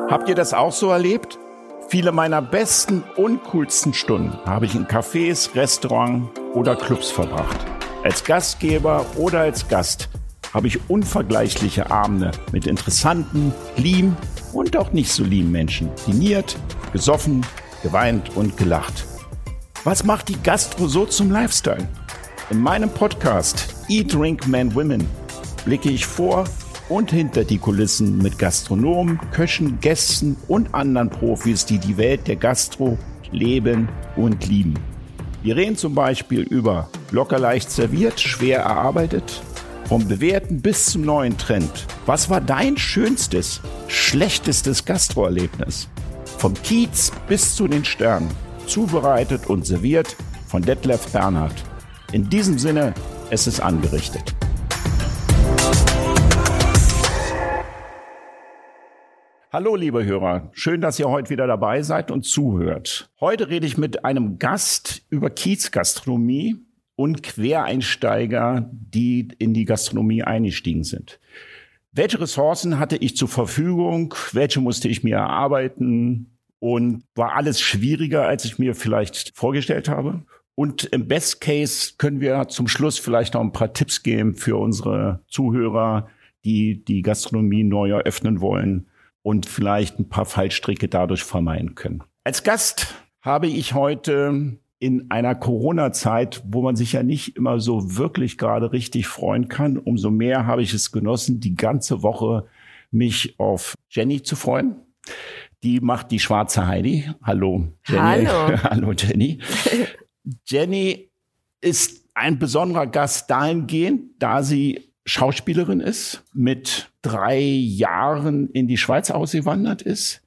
Habt ihr das auch so erlebt? Viele meiner besten und coolsten Stunden habe ich in Cafés, Restaurants oder Clubs verbracht. Als Gastgeber oder als Gast habe ich unvergleichliche Abende mit interessanten, lieben und auch nicht so lieben Menschen diniert, gesoffen, geweint und gelacht. Was macht die Gastro so zum Lifestyle? In meinem Podcast Eat, Drink, Man, Women blicke ich vor und hinter die Kulissen mit Gastronomen, Köchen, Gästen und anderen Profis, die die Welt der Gastro leben und lieben. Wir reden zum Beispiel über locker leicht serviert, schwer erarbeitet, vom Bewährten bis zum neuen Trend. Was war dein schönstes, schlechtestes Gastroerlebnis? Vom Kiez bis zu den Sternen, zubereitet und serviert von Detlef Bernhard. In diesem Sinne, es ist angerichtet. Hallo liebe Hörer, schön, dass ihr heute wieder dabei seid und zuhört. Heute rede ich mit einem Gast über Kiezgastronomie und Quereinsteiger, die in die Gastronomie eingestiegen sind. Welche Ressourcen hatte ich zur Verfügung? Welche musste ich mir erarbeiten? Und war alles schwieriger, als ich mir vielleicht vorgestellt habe? Und im Best Case können wir zum Schluss vielleicht noch ein paar Tipps geben für unsere Zuhörer, die die Gastronomie neu eröffnen wollen und vielleicht ein paar Fallstricke dadurch vermeiden können. Als Gast habe ich heute in einer Corona-Zeit, wo man sich ja nicht immer so wirklich gerade richtig freuen kann, umso mehr habe ich es genossen, die ganze Woche mich auf Jenny zu freuen. Die macht die schwarze Heidi. Hallo, Jenny. Hallo. Hallo, Jenny. Jenny ist ein besonderer Gast dahingehend, da sie Schauspielerin ist, mit 3 Jahren in die Schweiz ausgewandert ist,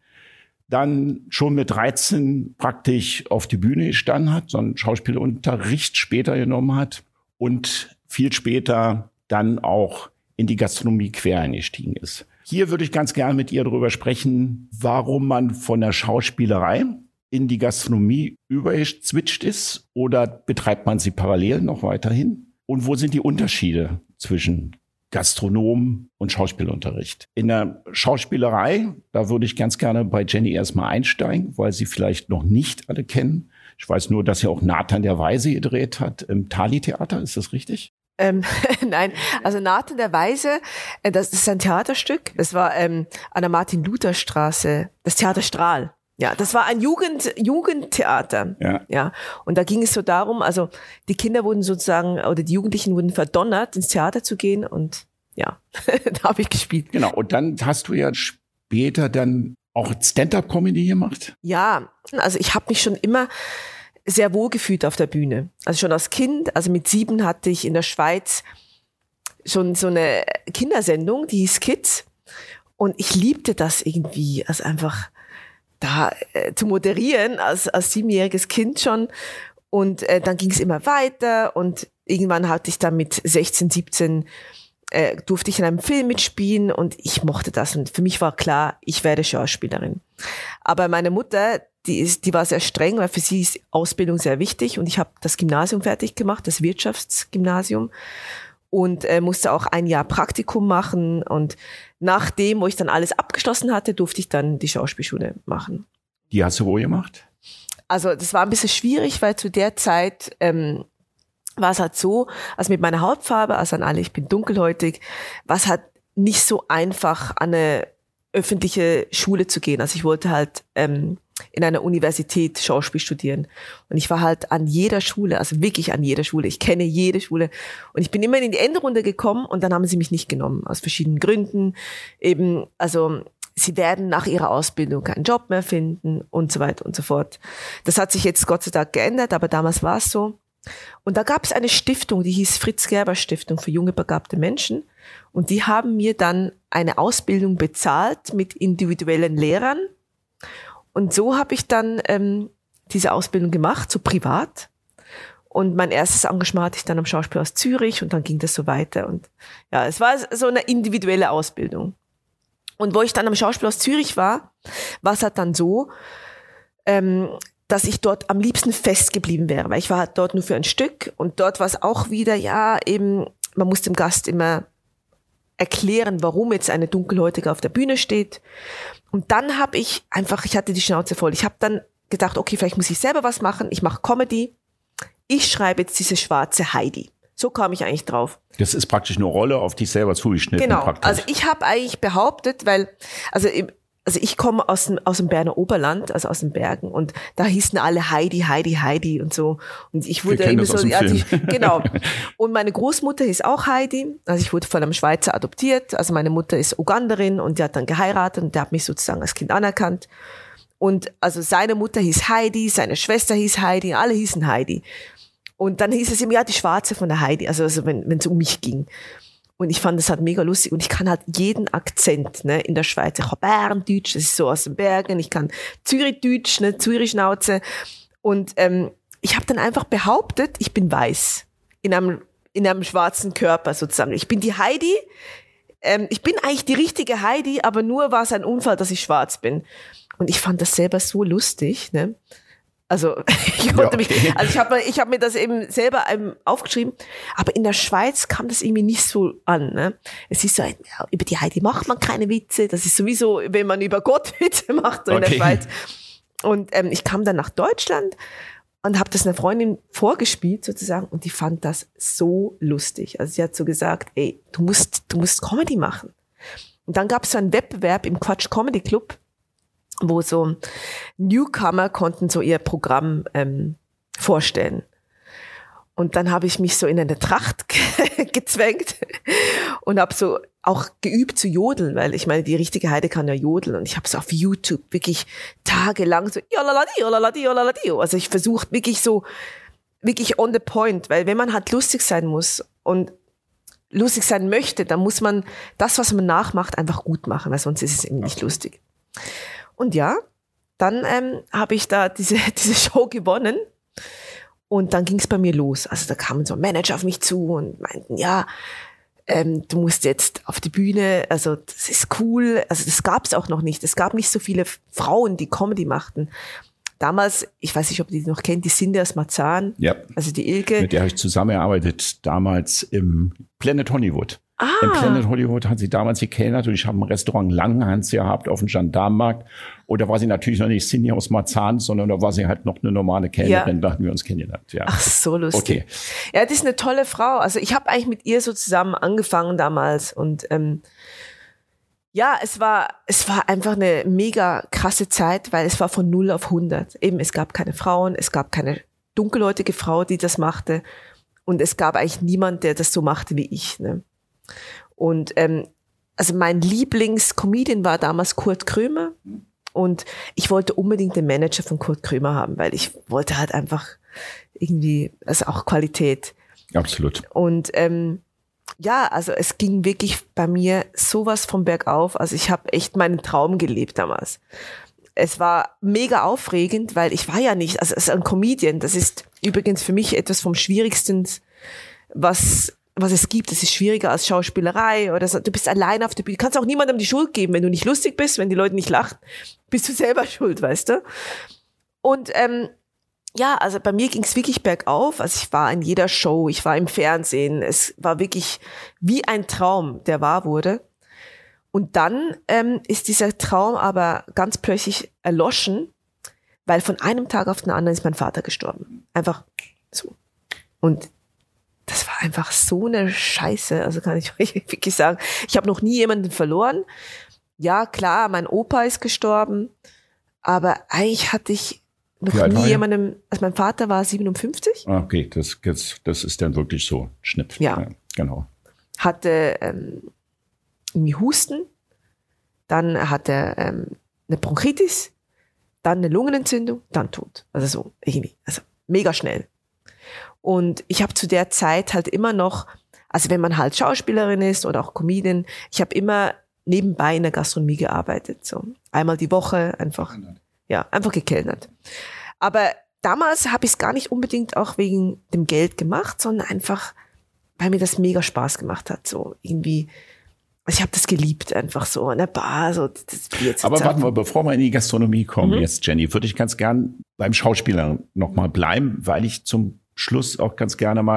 dann schon mit 13 praktisch auf die Bühne gestanden hat, so einen Schauspielunterricht später genommen hat und viel später dann auch in die Gastronomie quer eingestiegen ist. Hier würde ich ganz gerne mit ihr darüber sprechen, warum man von der Schauspielerei in die Gastronomie übergeswitcht ist oder betreibt man sie parallel noch weiterhin? Und wo sind die Unterschiede zwischen Gastronom und Schauspielunterricht? In der Schauspielerei, da würde ich ganz gerne bei Jenny erstmal einsteigen, weil sie vielleicht noch nicht alle kennen. Ich weiß nur, dass sie auch Nathan der Weise gedreht hat im Thalie-Theater. Ist das richtig? Nein, also Nathan der Weise, das ist ein Theaterstück. Das war an der Martin-Luther-Straße, das Theater Strahl. Ja, das war ein Jugendtheater. Ja. Und da ging es so darum, also die Kinder wurden sozusagen, oder die Jugendlichen wurden verdonnert, ins Theater zu gehen und ja, da habe ich gespielt. Genau, und dann hast du ja später dann auch Stand-up-Comedy gemacht? Ja, also ich habe mich schon immer sehr wohl gefühlt auf der Bühne. Also schon als Kind, also mit 7 hatte ich in der Schweiz schon so eine Kindersendung, die hieß Kids. Und ich liebte das irgendwie, also einfach da zu moderieren als 7-jähriges Kind schon. Und dann ging es immer weiter und irgendwann hatte ich dann mit 16, 17 durfte ich in einem Film mitspielen und ich mochte das. Und für mich war klar, ich werde Schauspielerin. Aber meine Mutter, die war sehr streng, weil für sie ist Ausbildung sehr wichtig. Und ich habe das Gymnasium fertig gemacht, das Wirtschaftsgymnasium. Und musste auch 1 Jahr Praktikum machen. Und nachdem, wo ich dann alles abgeschlossen hatte, durfte ich dann die Schauspielschule machen. Die hast du wo gemacht? Also das war ein bisschen schwierig, weil zu der Zeit war es halt so, also mit meiner Hautfarbe, also an alle, ich bin dunkelhäutig, war es halt nicht so einfach, an eine öffentliche Schule zu gehen. Also ich wollte halt in einer Universität Schauspiel studieren. Und ich war halt an jeder Schule, also wirklich an jeder Schule. Ich kenne jede Schule. Und ich bin immer in die Endrunde gekommen und dann haben sie mich nicht genommen. Aus verschiedenen Gründen. Eben, also sie werden nach ihrer Ausbildung keinen Job mehr finden und so weiter und so fort. Das hat sich jetzt Gott sei Dank geändert, aber damals war es so. Und da gab es eine Stiftung, die hieß Fritz-Gerber-Stiftung für junge begabte Menschen. Und die haben mir dann eine Ausbildung bezahlt mit individuellen Lehrern. Und so habe ich dann diese Ausbildung gemacht, so privat. Und mein erstes Engagement hatte ich dann am Schauspielhaus Zürich und dann ging das so weiter. Und ja, es war so eine individuelle Ausbildung. Und wo ich dann am Schauspielhaus Zürich war es halt dann so, dass ich dort am liebsten festgeblieben wäre, weil ich war halt dort nur für ein Stück und dort war es auch wieder, ja, eben, man muss dem Gast immer erklären, warum jetzt eine Dunkelhäutige auf der Bühne steht. Und dann habe ich hatte die Schnauze voll. Ich habe dann gedacht, okay, vielleicht muss ich selber was machen. Ich mache Comedy. Ich schreibe jetzt diese schwarze Heidi. So kam ich eigentlich drauf. Das ist praktisch eine Rolle auf dich selber zugeschnitten. Genau. Praktisch. Also ich habe eigentlich behauptet, also ich komme aus dem Berner Oberland, also aus den Bergen, und da hießen alle Heidi, Heidi, Heidi und so. Und ich wurde immer so, genau. Und meine Großmutter hieß auch Heidi. Also ich wurde von einem Schweizer adoptiert. Also meine Mutter ist Uganderin und die hat dann geheiratet und der hat mich sozusagen als Kind anerkannt. Und also seine Mutter hieß Heidi, seine Schwester hieß Heidi, alle hießen Heidi. Und dann hieß es ihm, ja, die Schwarze von der Heidi, also wenn es um mich ging. Und ich fand das halt mega lustig und ich kann halt jeden Akzent, ne, in der Schweiz. Ich kann Berndeutsch, das ist so aus den Bergen, ich kann Zürichdeutsch, ne, Zürichschnauze. Und ich habe dann einfach behauptet, ich bin weiß in einem schwarzen Körper sozusagen. Ich bin die Heidi, ich bin eigentlich die richtige Heidi, aber nur war es ein Unfall, dass ich schwarz bin. Und ich fand das selber so lustig, ne? Also ich habe mir das eben selber aufgeschrieben, aber in der Schweiz kam das irgendwie nicht so an. Ne? Es ist so, über die Heidi macht man keine Witze, das ist sowieso, wenn man über Gott Witze macht so in der Schweiz. Und ich kam dann nach Deutschland und habe das einer Freundin vorgespielt sozusagen und die fand das so lustig. Also sie hat so gesagt, ey, du musst Comedy machen. Und dann gab es so einen Wettbewerb im Quatsch Comedy Club, wo so Newcomer konnten so ihr Programm vorstellen. Und dann habe ich mich so in eine Tracht gezwängt und habe so auch geübt zu jodeln, weil ich meine, die richtige Heidi kann ja jodeln. Und ich habe so auf YouTube wirklich tagelang so jolaladi. Also ich versuche wirklich on the point, weil wenn man halt lustig sein muss und lustig sein möchte, dann muss man das, was man nachmacht, einfach gut machen, weil sonst ist es eben nicht lustig. Und ja, dann habe ich da diese Show gewonnen und dann ging es bei mir los. Also da kamen so Manager auf mich zu und meinten, ja, du musst jetzt auf die Bühne, also das ist cool. Also das gab es auch noch nicht. Es gab nicht so viele Frauen, die Comedy machten. Damals, ich weiß nicht, ob ihr die noch kennt, die Cindy aus Marzahn, ja. Also die Ilke. Mit der habe ich zusammengearbeitet damals im Planet Hollywood. Im Planet Hollywood hat sie damals gekellnert und ich habe ein Restaurant Langhans gehabt auf dem Gendarmenmarkt. Und da war sie natürlich noch nicht Cindy aus Marzahn, sondern da war sie halt noch eine normale Kellnerin, da hatten wir uns kennengelernt. Ja. Ach, so lustig. Okay. Ja, das ist eine tolle Frau. Also ich habe eigentlich mit ihr so zusammen angefangen damals und ja, es war einfach eine mega krasse Zeit, weil es war von 0 auf 100. Eben, es gab keine Frauen, es gab keine dunkelhäutige Frau, die das machte und es gab eigentlich niemand, der das so machte wie ich, ne? Und also mein Lieblingscomedian war damals Kurt Krömer und ich wollte unbedingt den Manager von Kurt Krömer haben, weil ich wollte halt einfach irgendwie, also auch Qualität. Absolut. Und ja, also es ging wirklich bei mir sowas vom Bergauf, also ich habe echt meinen Traum gelebt damals. Es war mega aufregend, weil ich war ja nicht, also als ein Comedian, das ist übrigens für mich etwas vom Schwierigsten, was es gibt. Das ist schwieriger als Schauspielerei oder so. Du bist allein auf der Bühne. Du kannst auch niemandem die Schuld geben. Wenn du nicht lustig bist, wenn die Leute nicht lachen, bist du selber schuld, weißt du? Und ja, also bei mir ging es wirklich bergauf. Also ich war in jeder Show, ich war im Fernsehen. Es war wirklich wie ein Traum, der wahr wurde. Und dann ist dieser Traum aber ganz plötzlich erloschen, weil von einem Tag auf den anderen ist mein Vater gestorben. Einfach so. Und das war einfach so eine Scheiße, also kann ich euch wirklich sagen. Ich habe noch nie jemanden verloren. Ja, klar, mein Opa ist gestorben, aber eigentlich hatte ich noch nie jemanden, also mein Vater war 57. Okay, das ist dann wirklich so, Schnitt. Ja, genau. Hatte irgendwie Husten, dann hatte eine Bronchitis, dann eine Lungenentzündung, dann Tod. Also so irgendwie, also mega schnell. Und ich habe zu der Zeit halt immer noch, also wenn man halt Schauspielerin ist oder auch Comedian, ich habe immer nebenbei in der Gastronomie gearbeitet, so einmal die Woche einfach gekellnert. Aber damals habe ich es gar nicht unbedingt auch wegen dem Geld gemacht, sondern einfach, weil mir das mega Spaß gemacht hat, so irgendwie. Also ich habe das geliebt, einfach so in der Bar, so das Bier zu Aber warten wir, bevor wir in die Gastronomie kommen jetzt, Jenny, würde ich ganz gern beim Schauspieler nochmal bleiben, weil ich zum Schluss auch ganz gerne mal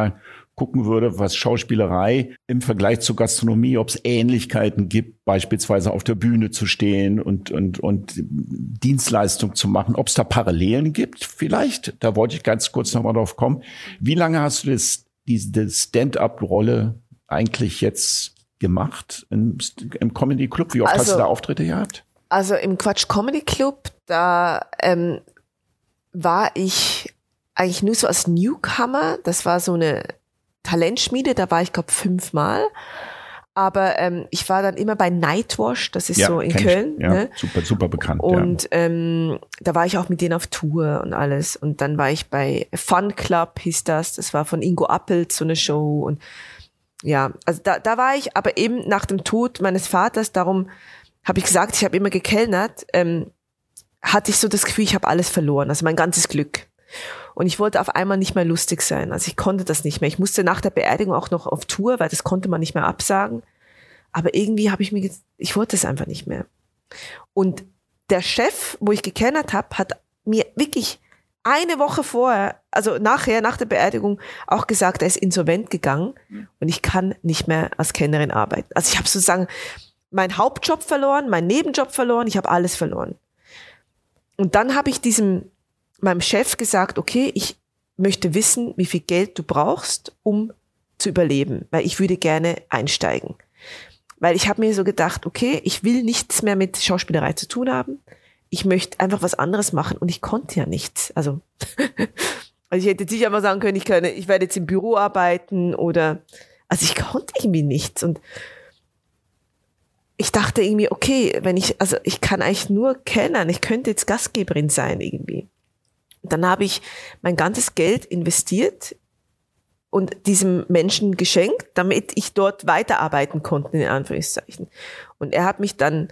gucken würde, was Schauspielerei im Vergleich zur Gastronomie, ob es Ähnlichkeiten gibt, beispielsweise auf der Bühne zu stehen und Dienstleistung zu machen, ob es da Parallelen gibt vielleicht. Da wollte ich ganz kurz nochmal drauf kommen. Wie lange hast du diese Stand-up-Rolle eigentlich jetzt gemacht im Comedy Club? Wie oft hast du da Auftritte gehabt? Also im Quatsch Comedy Club, da war ich eigentlich nur so als Newcomer. Das war so eine Talentschmiede, da war ich, glaube 5-mal. Aber ich war dann immer bei Nightwash, das ist so in Köln. Ja, ne? Super bekannt. Und da war ich auch mit denen auf Tour und alles. Und dann war ich bei Fun Club, hieß das war von Ingo Appelt, so eine Show. Und ja, also da war ich, aber eben nach dem Tod meines Vaters, darum habe ich gesagt, ich habe immer gekellnert, hatte ich so das Gefühl, ich habe alles verloren, also mein ganzes Glück. Und ich wollte auf einmal nicht mehr lustig sein. Also ich konnte das nicht mehr. Ich musste nach der Beerdigung auch noch auf Tour, weil das konnte man nicht mehr absagen. Aber irgendwie habe ich wollte es einfach nicht mehr. Und der Chef, wo ich gekellnert habe, hat mir wirklich eine Woche vorher, also nachher, nach der Beerdigung, auch gesagt, er ist insolvent gegangen und ich kann nicht mehr als Kellnerin arbeiten. Also ich habe sozusagen meinen Hauptjob verloren, meinen Nebenjob verloren, ich habe alles verloren. Und dann habe ich meinem Chef gesagt, okay, ich möchte wissen, wie viel Geld du brauchst, um zu überleben, weil ich würde gerne einsteigen. Weil ich habe mir so gedacht, okay, ich will nichts mehr mit Schauspielerei zu tun haben. Ich möchte einfach was anderes machen und ich konnte ja nichts. Also ich hätte sicher mal sagen können, ich werde jetzt im Büro arbeiten also ich konnte irgendwie nichts und ich dachte irgendwie, okay, ich kann eigentlich nur kellnern, ich könnte jetzt Gastgeberin sein irgendwie. Dann habe ich mein ganzes Geld investiert und diesem Menschen geschenkt, damit ich dort weiterarbeiten konnte, in Anführungszeichen. Und er hat mich dann,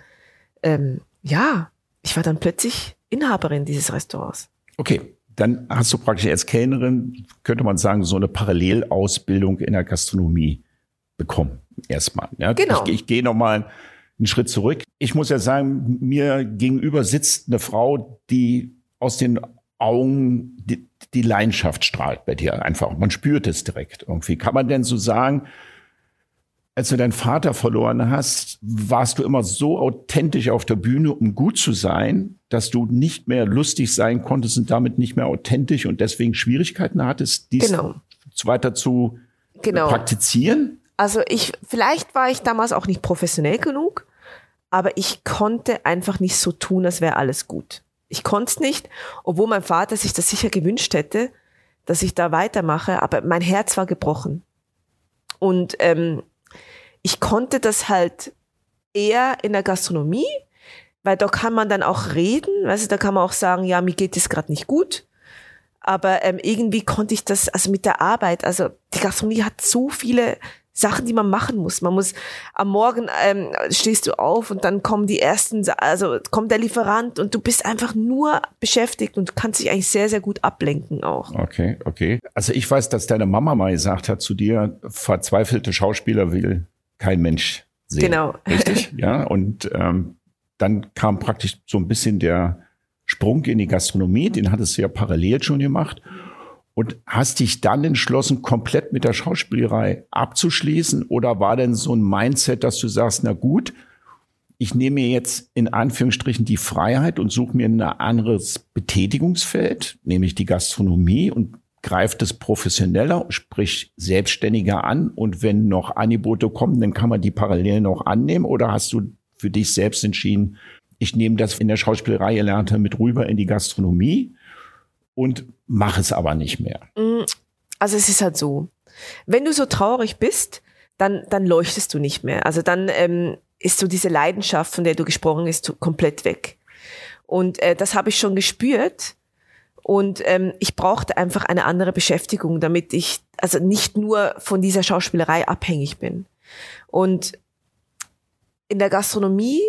ich war dann plötzlich Inhaberin dieses Restaurants. Okay, dann hast du praktisch als Kellnerin, könnte man sagen, so eine Parallelausbildung in der Gastronomie bekommen. Erstmal. Ja? Genau. Ich gehe nochmal einen Schritt zurück. Ich muss ja sagen, mir gegenüber sitzt eine Frau, die aus den Augen die Leidenschaft strahlt bei dir einfach. Man spürt es direkt irgendwie. Kann man denn so sagen, als du deinen Vater verloren hast, warst du immer so authentisch auf der Bühne, um gut zu sein, dass du nicht mehr lustig sein konntest und damit nicht mehr authentisch und deswegen Schwierigkeiten hattest, dies weiter zu praktizieren? Also vielleicht war ich damals auch nicht professionell genug, aber ich konnte einfach nicht so tun, als wäre alles gut. Ich konnte es nicht, obwohl mein Vater sich das sicher gewünscht hätte, dass ich da weitermache, aber mein Herz war gebrochen. Und ich konnte das halt eher in der Gastronomie, weil da kann man dann auch reden, weißt du, da kann man auch sagen, ja, mir geht es gerade nicht gut. Aber irgendwie konnte ich das, also mit der Arbeit, also die Gastronomie hat so viele Sachen, die man machen muss. Man muss am Morgen stehst du auf und dann kommen die ersten, also kommt der Lieferant und du bist einfach nur beschäftigt und kannst dich eigentlich sehr, sehr gut ablenken auch. Okay. Also ich weiß, dass deine Mama mal gesagt hat zu dir, verzweifelte Schauspieler will kein Mensch sehen. Genau. Richtig? Ja. Und dann kam praktisch so ein bisschen der Sprung in die Gastronomie, den hattest du ja parallel schon gemacht. Und hast dich dann entschlossen, komplett mit der Schauspielerei abzuschließen? Oder war denn so ein Mindset, dass du sagst, na gut, ich nehme mir jetzt in Anführungsstrichen die Freiheit und suche mir ein anderes Betätigungsfeld, nämlich die Gastronomie und greife das professioneller, sprich selbstständiger an. Und wenn noch Angebote kommen, dann kann man die parallel noch annehmen. Oder hast du für dich selbst entschieden, ich nehme das in der Schauspielerei Gelernte mit rüber in die Gastronomie und mache es aber nicht mehr? Also es ist halt so, wenn du so traurig bist, dann leuchtest du nicht mehr. Also dann ist so diese Leidenschaft, von der du gesprochen hast, komplett weg. Und das habe ich schon gespürt. Und ich brauchte einfach eine andere Beschäftigung, damit ich also nicht nur von dieser Schauspielerei abhängig bin. Und in der Gastronomie,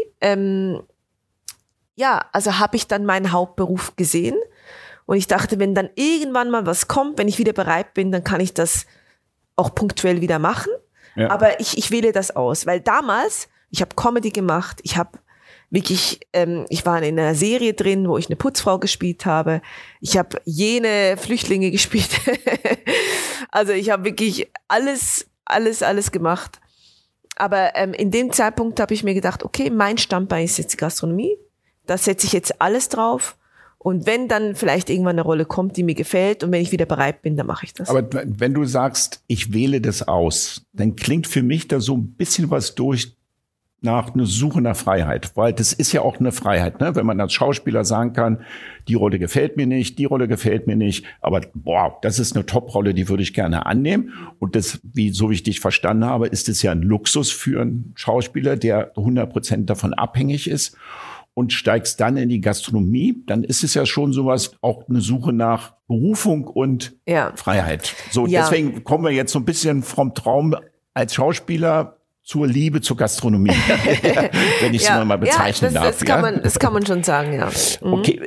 also habe ich dann meinen Hauptberuf gesehen. Und ich dachte, wenn dann irgendwann mal was kommt, wenn ich wieder bereit bin, dann kann ich das auch punktuell wieder machen. Ja. Aber ich wähle das aus, weil damals, ich habe Comedy gemacht, ich habe wirklich, ich war in einer Serie drin, wo ich eine Putzfrau gespielt habe. Ich habe jene Flüchtlinge gespielt. Also ich habe wirklich alles gemacht. Aber in dem Zeitpunkt habe ich mir gedacht, okay, mein Standbein ist jetzt die Gastronomie. Da setze ich jetzt alles drauf. Und wenn dann vielleicht irgendwann eine Rolle kommt, die mir gefällt und wenn ich wieder bereit bin, dann mache ich das. Aber wenn du sagst, ich wähle das aus, dann klingt für mich da so ein bisschen was durch nach einer Suche nach Freiheit. Weil das ist ja auch eine Freiheit, ne? Wenn man als Schauspieler sagen kann, die Rolle gefällt mir nicht, die Rolle gefällt mir nicht, aber das ist eine Top-Rolle, die würde ich gerne annehmen. Und das, so wie ich dich verstanden habe, ist es ja ein Luxus für einen Schauspieler, der 100% davon abhängig ist. Und steigst dann in die Gastronomie, dann ist es ja schon sowas, auch eine Suche nach Berufung und Freiheit. So, deswegen kommen wir jetzt so ein bisschen vom Traum als Schauspieler zur Liebe zur Gastronomie, wenn ich es mal bezeichnen darf. Das kann man schon sagen, ja. Mhm. Okay,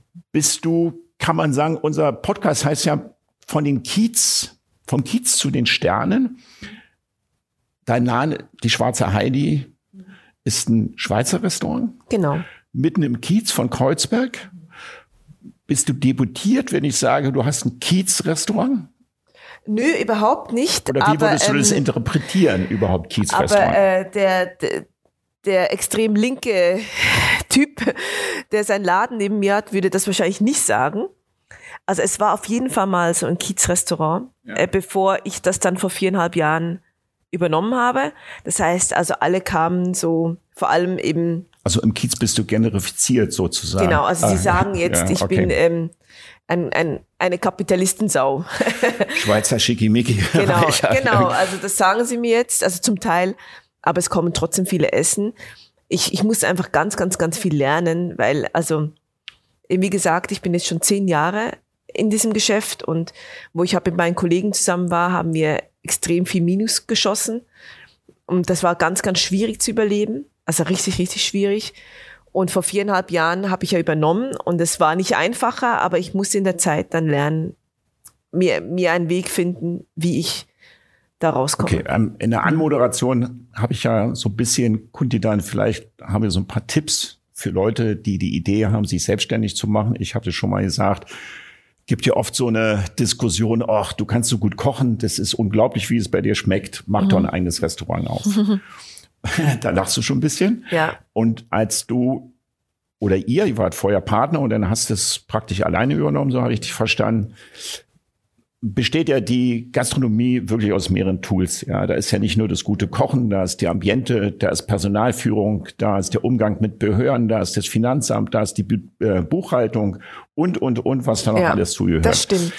kann man sagen, unser Podcast heißt ja vom Kiez zu den Sternen. Dein Name, die Schwarze Heidi, ist ein Schweizer Restaurant. Genau. Mitten im Kiez von Kreuzberg. Bist du debütiert, wenn ich sage, du hast ein Kiez-Restaurant? Nö, überhaupt nicht. Oder wie würdest du das interpretieren, überhaupt Kiez-Restaurant? Aber der extrem linke Typ, der seinen Laden neben mir hat, würde das wahrscheinlich nicht sagen. Also es war auf jeden Fall mal so ein Kiez-Restaurant, bevor ich das dann vor 4,5 Jahren übernommen habe. Das heißt, also alle kamen so, vor allem eben. Also im Kiez bist du generifiziert sozusagen. Genau, also sie sagen jetzt, ich bin eine Kapitalistensau. Schweizer Schickimicki. Genau, also das sagen sie mir jetzt, also zum Teil, aber es kommen trotzdem viele Essen. Ich muss einfach ganz, ganz, ganz viel lernen, weil, also, wie gesagt, ich bin jetzt schon 10 Jahre in diesem Geschäft und wo ich mit meinen Kollegen zusammen war, haben wir extrem viel Minus geschossen und das war ganz, ganz schwierig zu überleben, also richtig, richtig schwierig. Und vor 4,5 Jahren habe ich ja übernommen und es war nicht einfacher, aber ich musste in der Zeit dann lernen, mir einen Weg finden, wie ich da rauskomme. Okay, in der Anmoderation habe ich ja so ein bisschen kundgetan, vielleicht haben wir so ein paar Tipps für Leute, die die Idee haben, sich selbstständig zu machen. Ich habe das schon mal gesagt, gibt ja oft so eine Diskussion, ach, du kannst so gut kochen, das ist unglaublich, wie es bei dir schmeckt, mach doch ein eigenes Restaurant auf. Da lachst du schon ein bisschen. Ja. Und als du oder ihr wart vorher Partner und dann hast du es praktisch alleine übernommen, so habe ich dich verstanden, besteht ja die Gastronomie wirklich aus mehreren Tools. Ja, da ist ja nicht nur das gute Kochen, da ist die Ambiente, da ist Personalführung, da ist der Umgang mit Behörden, da ist das Finanzamt, da ist die Buchhaltung und, was da noch alles zugehört. Das stimmt.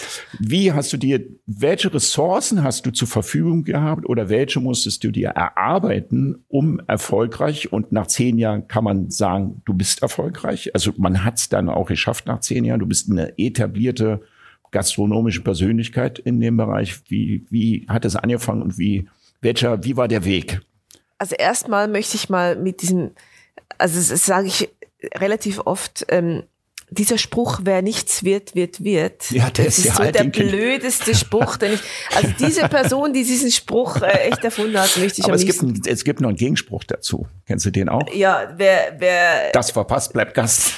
Welche Ressourcen hast du zur Verfügung gehabt oder welche musstest du dir erarbeiten, um erfolgreich, und nach 10 Jahren kann man sagen, du bist erfolgreich. Also man hat es dann auch geschafft nach 10 Jahren. Du bist eine etablierte gastronomische Persönlichkeit in dem Bereich. Wie hat es angefangen und wie war der Weg? Also erstmal möchte ich mal mit diesem, also das sage ich relativ oft, dieser Spruch, wer nichts wird, wird. Ja, das ist so der blödeste Spruch, also diese Person, die diesen Spruch echt erfunden hat, möchte ich aber am liebsten. Es gibt noch einen Gegenspruch dazu. Kennst du den auch? Ja, wer das verpasst, bleibt Gast.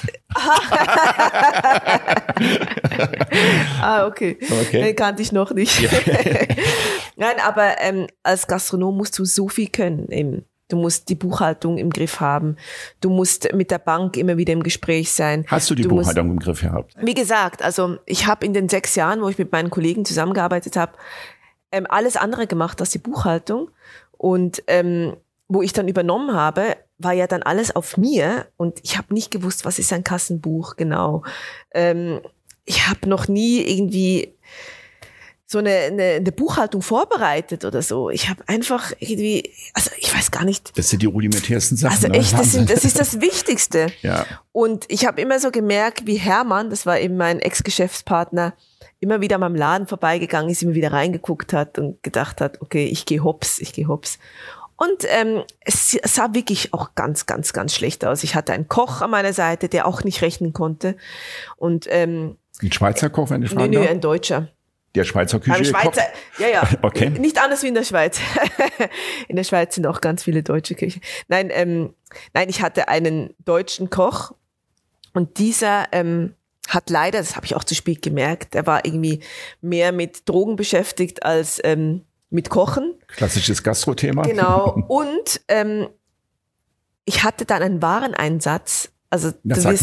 Okay. Den kannte ich noch nicht. Nein, aber als Gastronom musst du so viel können eben. Du musst die Buchhaltung im Griff haben. Du musst mit der Bank immer wieder im Gespräch sein. Hast du die Buchhaltung im Griff gehabt? Wie gesagt, also ich habe in den 6 Jahren, wo ich mit meinen Kollegen zusammengearbeitet habe, alles andere gemacht als die Buchhaltung. Und wo ich dann übernommen habe, war ja dann alles auf mir. Und ich habe nicht gewusst, was ist ein Kassenbuch genau. Ich habe noch nie irgendwie so eine Buchhaltung vorbereitet oder so. Ich habe einfach irgendwie, also ich weiß gar nicht. Das sind die rudimentärsten Sachen. Also echt, das ist das Wichtigste. Ja. Und ich habe immer so gemerkt, wie Hermann, das war eben mein Ex-Geschäftspartner, immer wieder an meinem Laden vorbeigegangen ist, immer wieder reingeguckt hat und gedacht hat, okay, ich gehe hops. Und es sah wirklich auch ganz, ganz, ganz schlecht aus. Ich hatte einen Koch an meiner Seite, der auch nicht rechnen konnte. Und ein Schweizer Koch, wenn ich fragen darf? Nö, ein Deutscher. Der Schweizer Küche? Ein Schweizer, ja. Okay. Nicht anders wie in der Schweiz. In der Schweiz sind auch ganz viele deutsche Küchen. Nein, ich hatte einen deutschen Koch und dieser hat leider, das habe ich auch zu spät gemerkt, er war irgendwie mehr mit Drogen beschäftigt als mit Kochen. Klassisches Gastro-Thema. Genau. Und ich hatte dann einen Wareneinsatz, also von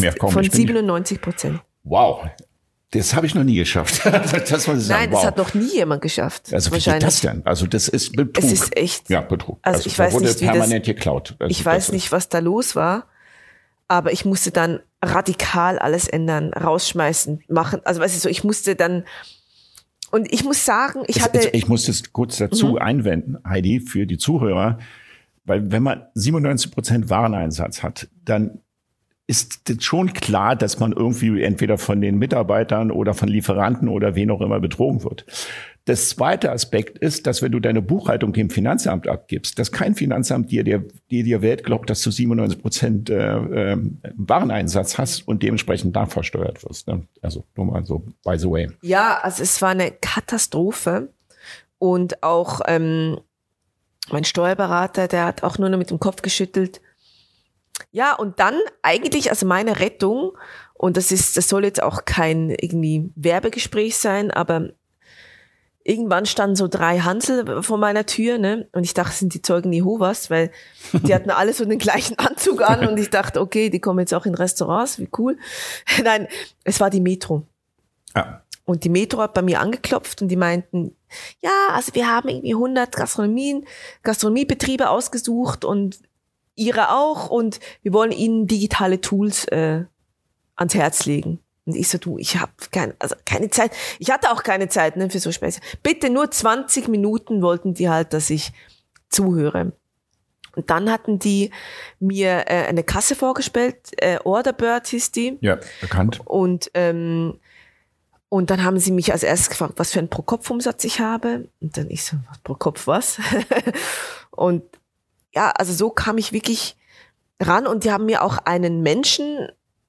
97%. Wow. Das habe ich noch nie geschafft. Das muss ich sagen. Nein, das hat noch nie jemand geschafft. Also wie geht das denn? Also das ist Betrug. Es ist echt. Ja, Betrug. Also ich weiß wurde nicht, permanent geklaut. Also ich weiß nicht, was da los war, aber ich musste dann radikal alles ändern, rausschmeißen, machen. Also weißt du so, ich musste dann, und ich muss sagen, ich muss das kurz dazu einwenden, Heidi, für die Zuhörer, weil wenn man 97% Wareneinsatz hat, dann ist das schon klar, dass man irgendwie entweder von den Mitarbeitern oder von Lieferanten oder wen auch immer betrogen wird. Das zweite Aspekt ist, dass wenn du deine Buchhaltung dem Finanzamt abgibst, dass kein Finanzamt dir Welt glaubt, dass du 97% Wareneinsatz hast und dementsprechend nachversteuert wirst. Ne? Also nur mal so, by the way. Ja, also es war eine Katastrophe und auch mein Steuerberater, der hat auch nur noch mit dem Kopf geschüttelt. Ja, und dann eigentlich, also meine Rettung, und das soll jetzt auch kein irgendwie Werbegespräch sein, aber irgendwann standen so 3 Hansel vor meiner Tür, ne? Und ich dachte, das sind die Zeugen Jehovas, weil die hatten alle so den gleichen Anzug an und ich dachte, okay, die kommen jetzt auch in Restaurants, wie cool. Nein, es war die Metro. Ah. Und die Metro hat bei mir angeklopft und die meinten, ja, also wir haben irgendwie 100 Gastronomiebetriebe ausgesucht und Ihre auch und wir wollen Ihnen digitale Tools ans Herz legen. Und ich so, du, ich habe keine Zeit. Ich hatte auch keine Zeit, ne, für so Späße. Bitte nur 20 Minuten wollten die halt, dass ich zuhöre. Und dann hatten die mir eine Kasse vorgestellt, Orderbird hieß die. Ja, bekannt. Und dann haben sie mich als erstes gefragt, was für einen Pro-Kopf-Umsatz ich habe. Und dann ich so, pro Kopf was? Und ja, also so kam ich wirklich ran und die haben mir auch einen Menschen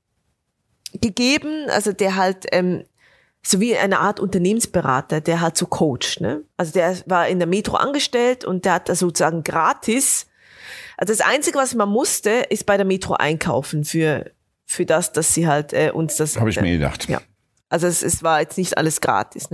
gegeben, also der halt so wie eine Art Unternehmensberater, der halt so coacht, ne? Also der war in der Metro angestellt und der hat das sozusagen gratis. Also das Einzige, was man musste, ist bei der Metro einkaufen für das, dass sie halt uns das. Habe ich mir gedacht. Ja. Also es war jetzt nicht alles gratis, ne?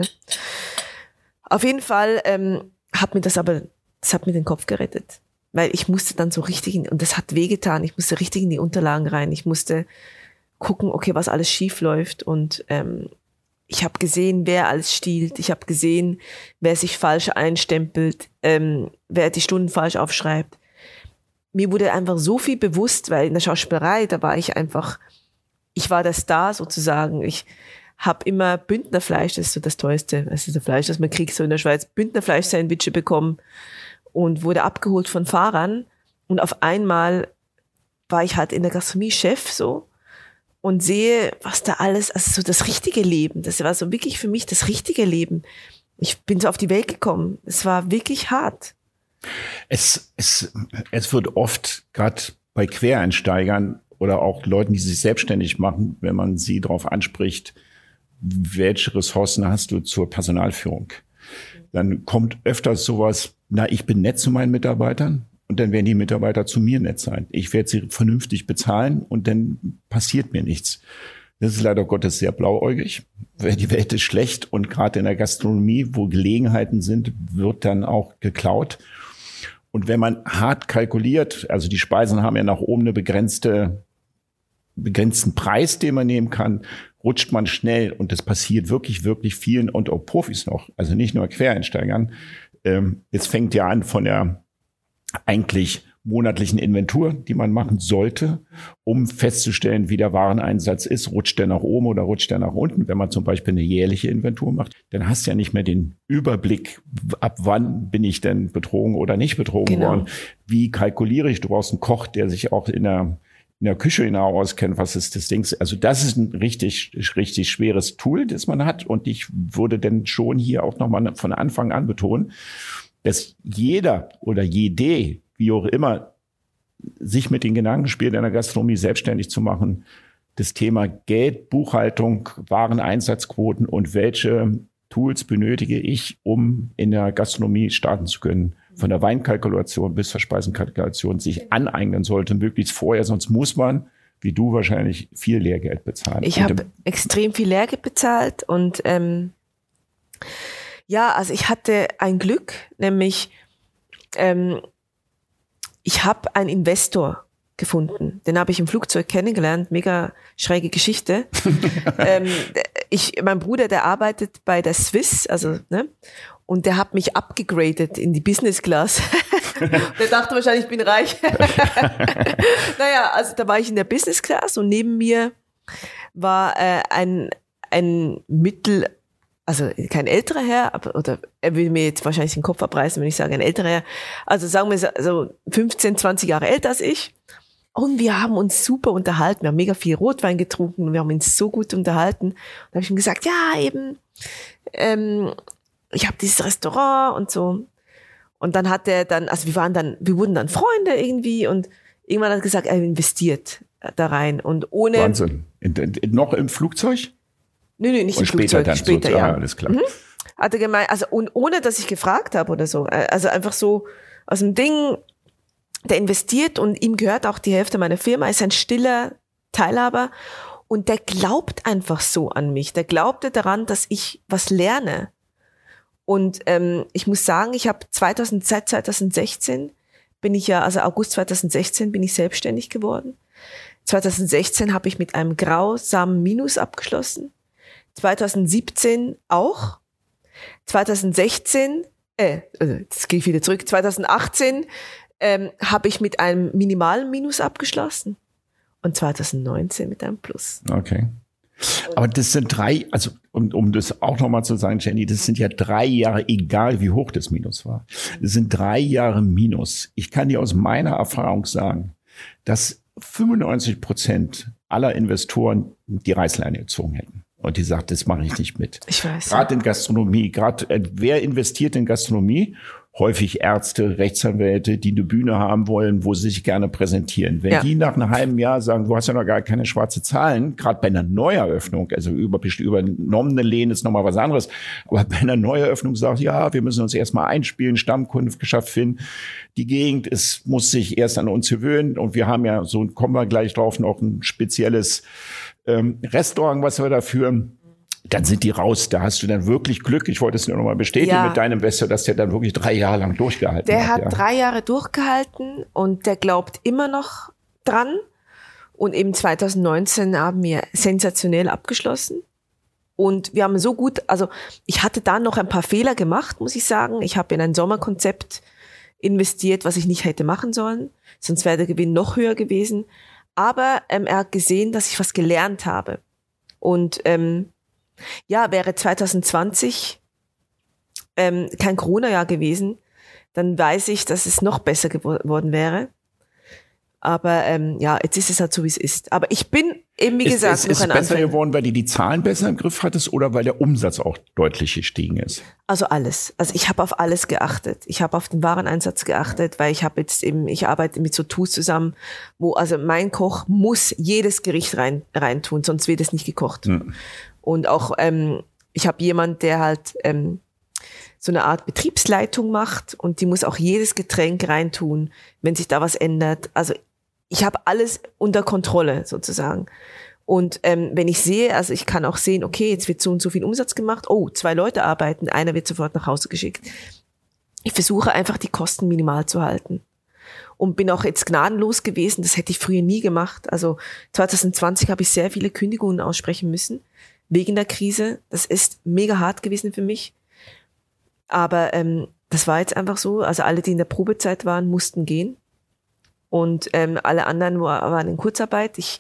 Auf jeden Fall hat mir das hat mir den Kopf gerettet. Weil ich musste dann so richtig, und das hat wehgetan, ich musste richtig in die Unterlagen rein. Ich musste gucken, okay, was alles schief läuft. Und ich habe gesehen, wer alles stiehlt. Ich habe gesehen, wer sich falsch einstempelt, wer die Stunden falsch aufschreibt. Mir wurde einfach so viel bewusst, weil in der Schauspielerei, da war ich war der Star sozusagen. Ich habe immer Bündnerfleisch, das ist so das Teuerste, das ist das Fleisch, das man kriegt, so in der Schweiz, Bündnerfleisch-Sandwiche bekommen. Und wurde abgeholt von Fahrern. Und auf einmal war ich halt in der Gastronomie Chef so und sehe, was da alles, also so das richtige Leben. Das war so wirklich für mich das richtige Leben. Ich bin so auf die Welt gekommen. Es war wirklich hart. Es wird oft, gerade bei Quereinsteigern oder auch Leuten, die sich selbstständig machen, wenn man sie darauf anspricht, welche Ressourcen hast du zur Personalführung? Dann kommt öfters sowas, na, ich bin nett zu meinen Mitarbeitern und dann werden die Mitarbeiter zu mir nett sein. Ich werde sie vernünftig bezahlen und dann passiert mir nichts. Das ist leider Gottes sehr blauäugig, weil die Welt ist schlecht und gerade in der Gastronomie, wo Gelegenheiten sind, wird dann auch geklaut. Und wenn man hart kalkuliert, also die Speisen haben ja nach oben eine begrenzten Preis, den man nehmen kann, rutscht man schnell und das passiert wirklich, wirklich vielen und auch Profis noch, also nicht nur Quereinsteigern. Jetzt fängt ja an von der eigentlich monatlichen Inventur, die man machen sollte, um festzustellen, wie der Wareneinsatz ist. Rutscht der nach oben oder rutscht der nach unten? Wenn man zum Beispiel eine jährliche Inventur macht, dann hast du ja nicht mehr den Überblick, ab wann bin ich denn betrogen oder nicht betrogen worden. Wie kalkuliere ich? Du brauchst einen Koch, der sich auch in der Küche genau auskennt, was ist das Ding. Also das ist ein richtig, richtig schweres Tool, das man hat. Und ich würde denn schon hier auch nochmal von Anfang an betonen, dass jeder oder jede, wie auch immer, sich mit den Gedanken spielt, in der Gastronomie selbstständig zu machen. Das Thema Geld, Buchhaltung, Wareneinsatzquoten und welche Tools benötige ich, um in der Gastronomie starten zu können. Von der Weinkalkulation bis zur Speisenkalkulation sich aneignen sollte, möglichst vorher. Sonst muss man, wie du wahrscheinlich viel Lehrgeld bezahlt. Ich habe extrem viel Lehrgeld bezahlt und also ich hatte ein Glück, nämlich ich habe einen Investor gefunden. Den habe ich im Flugzeug kennengelernt. Mega schräge Geschichte. Mein Bruder, der arbeitet bei der Swiss, und der hat mich abgegradet in die Business Class. Der dachte wahrscheinlich, ich bin reich. Naja, also da war ich in der Business Class und neben mir war ein also kein älterer Herr, oder er will mir jetzt wahrscheinlich den Kopf abreißen, wenn ich sage ein älterer Herr. Also sagen wir so 15, 20 Jahre älter als ich. Und wir haben uns super unterhalten. Wir haben mega viel Rotwein getrunken und wir haben uns so gut unterhalten. Und da habe ich ihm gesagt, ja, eben, ich habe dieses Restaurant und so. Und dann hat er wir wurden dann Freunde irgendwie und irgendwann hat er gesagt, er investiert da rein. Und ohne. Wahnsinn. Noch im Flugzeug? Nö, nicht im Flugzeug. Später, ja. Alles klar. Hat er gemeint, also und ohne, dass ich gefragt habe oder so. Also einfach so aus dem Ding, der investiert und ihm gehört auch die Hälfte meiner Firma, ist ein stiller Teilhaber und der glaubt einfach so an mich. Der glaubte daran, dass ich was lerne. Und ich muss sagen, ich habe seit 2016 August 2016 bin ich selbstständig geworden. 2016 habe ich mit einem grausamen Minus abgeschlossen. 2017 auch. 2016, jetzt gehe ich wieder zurück, 2018 habe ich mit einem minimalen Minus abgeschlossen und 2019 mit einem Plus. Okay. Aber das sind um das auch nochmal zu sagen, Jenny, das sind ja 3 Jahre, egal wie hoch das Minus war. Das sind 3 Jahre Minus. Ich kann dir aus meiner Erfahrung sagen, dass 95% aller Investoren die Reißleine gezogen hätten. Und die sagt, das mache ich nicht mit. Ich weiß. Gerade in Gastronomie, wer investiert in Gastronomie? Häufig Ärzte, Rechtsanwälte, die eine Bühne haben wollen, wo sie sich gerne präsentieren. Wenn die nach einem halben Jahr sagen, du hast ja noch gar keine schwarze Zahlen, gerade bei einer Neueröffnung, also übernommene Lehne ist nochmal was anderes, aber bei einer Neueröffnung sagt, ja, wir müssen uns erstmal einspielen, Stammkundendschaft finden. Die Gegend muss sich erst an uns gewöhnen und wir haben ja, so kommen wir gleich drauf, noch ein spezielles Restaurant, was wir da führen. Dann sind die raus. Da hast du dann wirklich Glück. Ich wollte es nur noch mal bestätigen mit deinem Investor, dass der dann wirklich 3 Jahre lang durchgehalten hat. Der hat 3 Jahre durchgehalten und der glaubt immer noch dran. Und eben 2019 haben wir sensationell abgeschlossen. Und wir haben so gut, also ich hatte da noch ein paar Fehler gemacht, muss ich sagen. Ich habe in ein Sommerkonzept investiert, was ich nicht hätte machen sollen. Sonst wäre der Gewinn noch höher gewesen. Aber er hat gesehen, dass ich was gelernt habe. Und wäre 2020 kein Corona-Jahr gewesen, dann weiß ich, dass es noch besser geworden wäre. Aber jetzt ist es halt so, wie es ist. Aber ich bin eben, wie gesagt, noch ein Ist es besser geworden, weil du die Zahlen besser im Griff hattest oder weil der Umsatz auch deutlich gestiegen ist? Also alles. Also ich habe auf alles geachtet. Ich habe auf den Wareneinsatz geachtet, weil ich arbeite mit so Tools zusammen, wo also mein Koch muss jedes Gericht rein tun, sonst wird es nicht gekocht. Und auch ich habe jemand, der halt so eine Art Betriebsleitung macht und die muss auch jedes Getränk reintun, wenn sich da was ändert. Also ich habe alles unter Kontrolle sozusagen. Und wenn ich sehe, also ich kann auch sehen, okay, jetzt wird so und so viel Umsatz gemacht. Oh, 2 Leute arbeiten, einer wird sofort nach Hause geschickt. Ich versuche einfach die Kosten minimal zu halten. Und bin auch jetzt gnadenlos gewesen, das hätte ich früher nie gemacht. Also 2020 habe ich sehr viele Kündigungen aussprechen müssen, wegen der Krise. Das ist mega hart gewesen für mich. Aber das war jetzt einfach so. Also alle, die in der Probezeit waren, mussten gehen. Und alle anderen waren in Kurzarbeit. Ich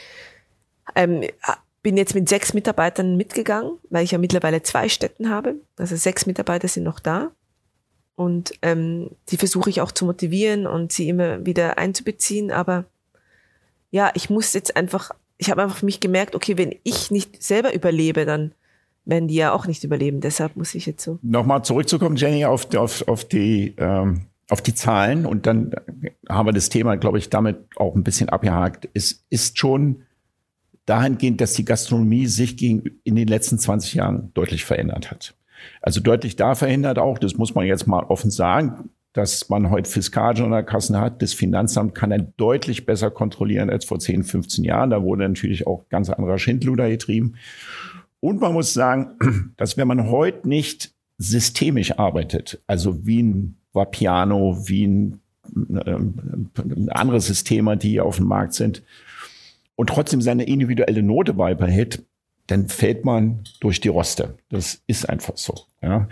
bin jetzt mit 6 Mitarbeitern mitgegangen, weil ich ja mittlerweile 2 Stätten habe. Also 6 Mitarbeiter sind noch da. Und die versuche ich auch zu motivieren und sie immer wieder einzubeziehen. Aber ja, ich habe einfach für mich gemerkt, okay, wenn ich nicht selber überlebe, dann werden die ja auch nicht überleben. Deshalb muss ich jetzt so. Nochmal zurückzukommen, Jenny, auf die Zahlen. Und dann haben wir das Thema, glaube ich, damit auch ein bisschen abgehakt. Es ist schon dahingehend, dass die Gastronomie sich in den letzten 20 Jahren deutlich verändert hat. Also deutlich da verändert auch, das muss man jetzt mal offen sagen, dass man heute Fiskaljournalkassen hat. Das Finanzamt kann dann deutlich besser kontrollieren als vor 10, 15 Jahren. Da wurde natürlich auch ganz anderer Schindluder getrieben. Und man muss sagen, dass wenn man heute nicht systemisch arbeitet, also wie ein Vapiano, wie ein andere Systeme, die auf dem Markt sind, und trotzdem seine individuelle Note beibehält, dann fällt man durch die Roste. Das ist einfach so. Ja.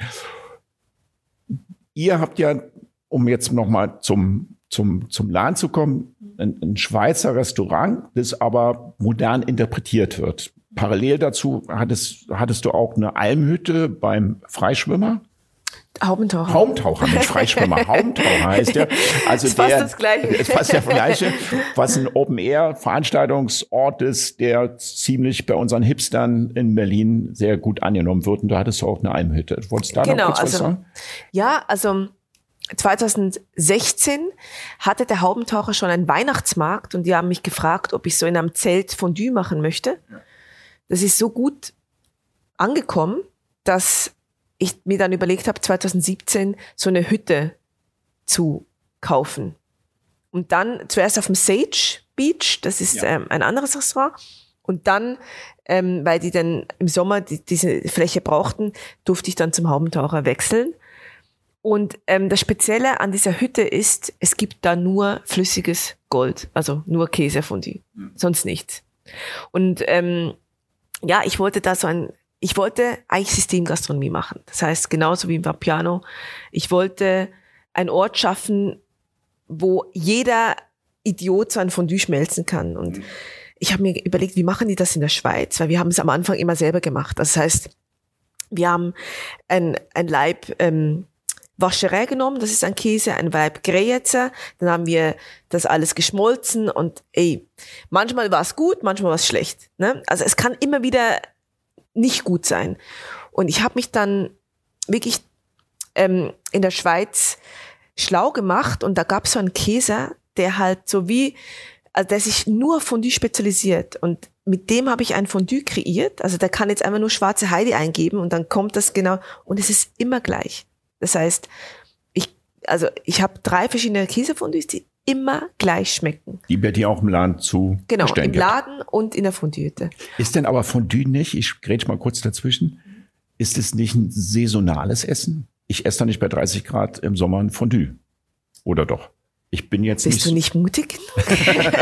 Ihr habt ja, um jetzt nochmal zum Laden zu kommen, ein Schweizer Restaurant, das aber modern interpretiert wird. Parallel dazu hattest du auch eine Almhütte beim Freischwimmer? Haubentaucher, nicht Freischwimmer. Haubentaucher heißt der. Also ist fast das Gleiche. Ist fast das Gleiche, was ein Open-Air-Veranstaltungsort ist, der ziemlich bei unseren Hipstern in Berlin sehr gut angenommen wird. Und da hattest du auch eine Almhütte. Wolltest du da noch kurz was sagen? Ja, also 2016 hatte der Haubentaucher schon einen Weihnachtsmarkt und die haben mich gefragt, ob ich so in einem Zelt Fondue machen möchte. Das ist so gut angekommen, dass ich mir dann überlegt habe, 2017 so eine Hütte zu kaufen. Und dann zuerst auf dem Sage Beach, das ist ein anderes Restaurant. Und dann, weil die dann im Sommer diese Fläche brauchten, durfte ich dann zum Haubentaucher wechseln. Und das Spezielle an dieser Hütte ist, es gibt da nur flüssiges Gold, also nur Käsefondue, sonst nichts. Und ich wollte eigentlich Systemgastronomie machen. Das heißt, genauso wie im Vapiano. Ich wollte einen Ort schaffen, wo jeder Idiot so ein Fondue schmelzen kann. Und ich habe mir überlegt, wie machen die das in der Schweiz? Weil wir haben es am Anfang immer selber gemacht. Das heißt, wir haben ein Laib Vacherin genommen, das ist ein Käse, ein Laib Greyerzer. Dann haben wir das alles geschmolzen und manchmal war es gut, manchmal war es schlecht. Ne? Also es kann immer wieder nicht gut sein. Und ich habe mich dann wirklich in der Schweiz schlau gemacht und da gab es so einen Käse, der halt der sich nur auf Fondue spezialisiert. Und mit dem habe ich ein Fondue kreiert. Also der kann jetzt einfach nur schwarze Heidi eingeben und dann kommt das genau. Und es ist immer gleich. Das heißt, ich habe 3 verschiedene Käsefondues, die immer gleich schmecken. Die bei dir auch im Laden zu Genau, bestellen im Laden und in der Fondue-Hütte. Ist denn aber Fondue nicht, ich grätsch mal kurz dazwischen, ist es nicht ein saisonales Essen? Ich esse doch nicht bei 30 Grad im Sommer ein Fondue. Oder doch? Ich bin jetzt Bist du nicht mutig genug?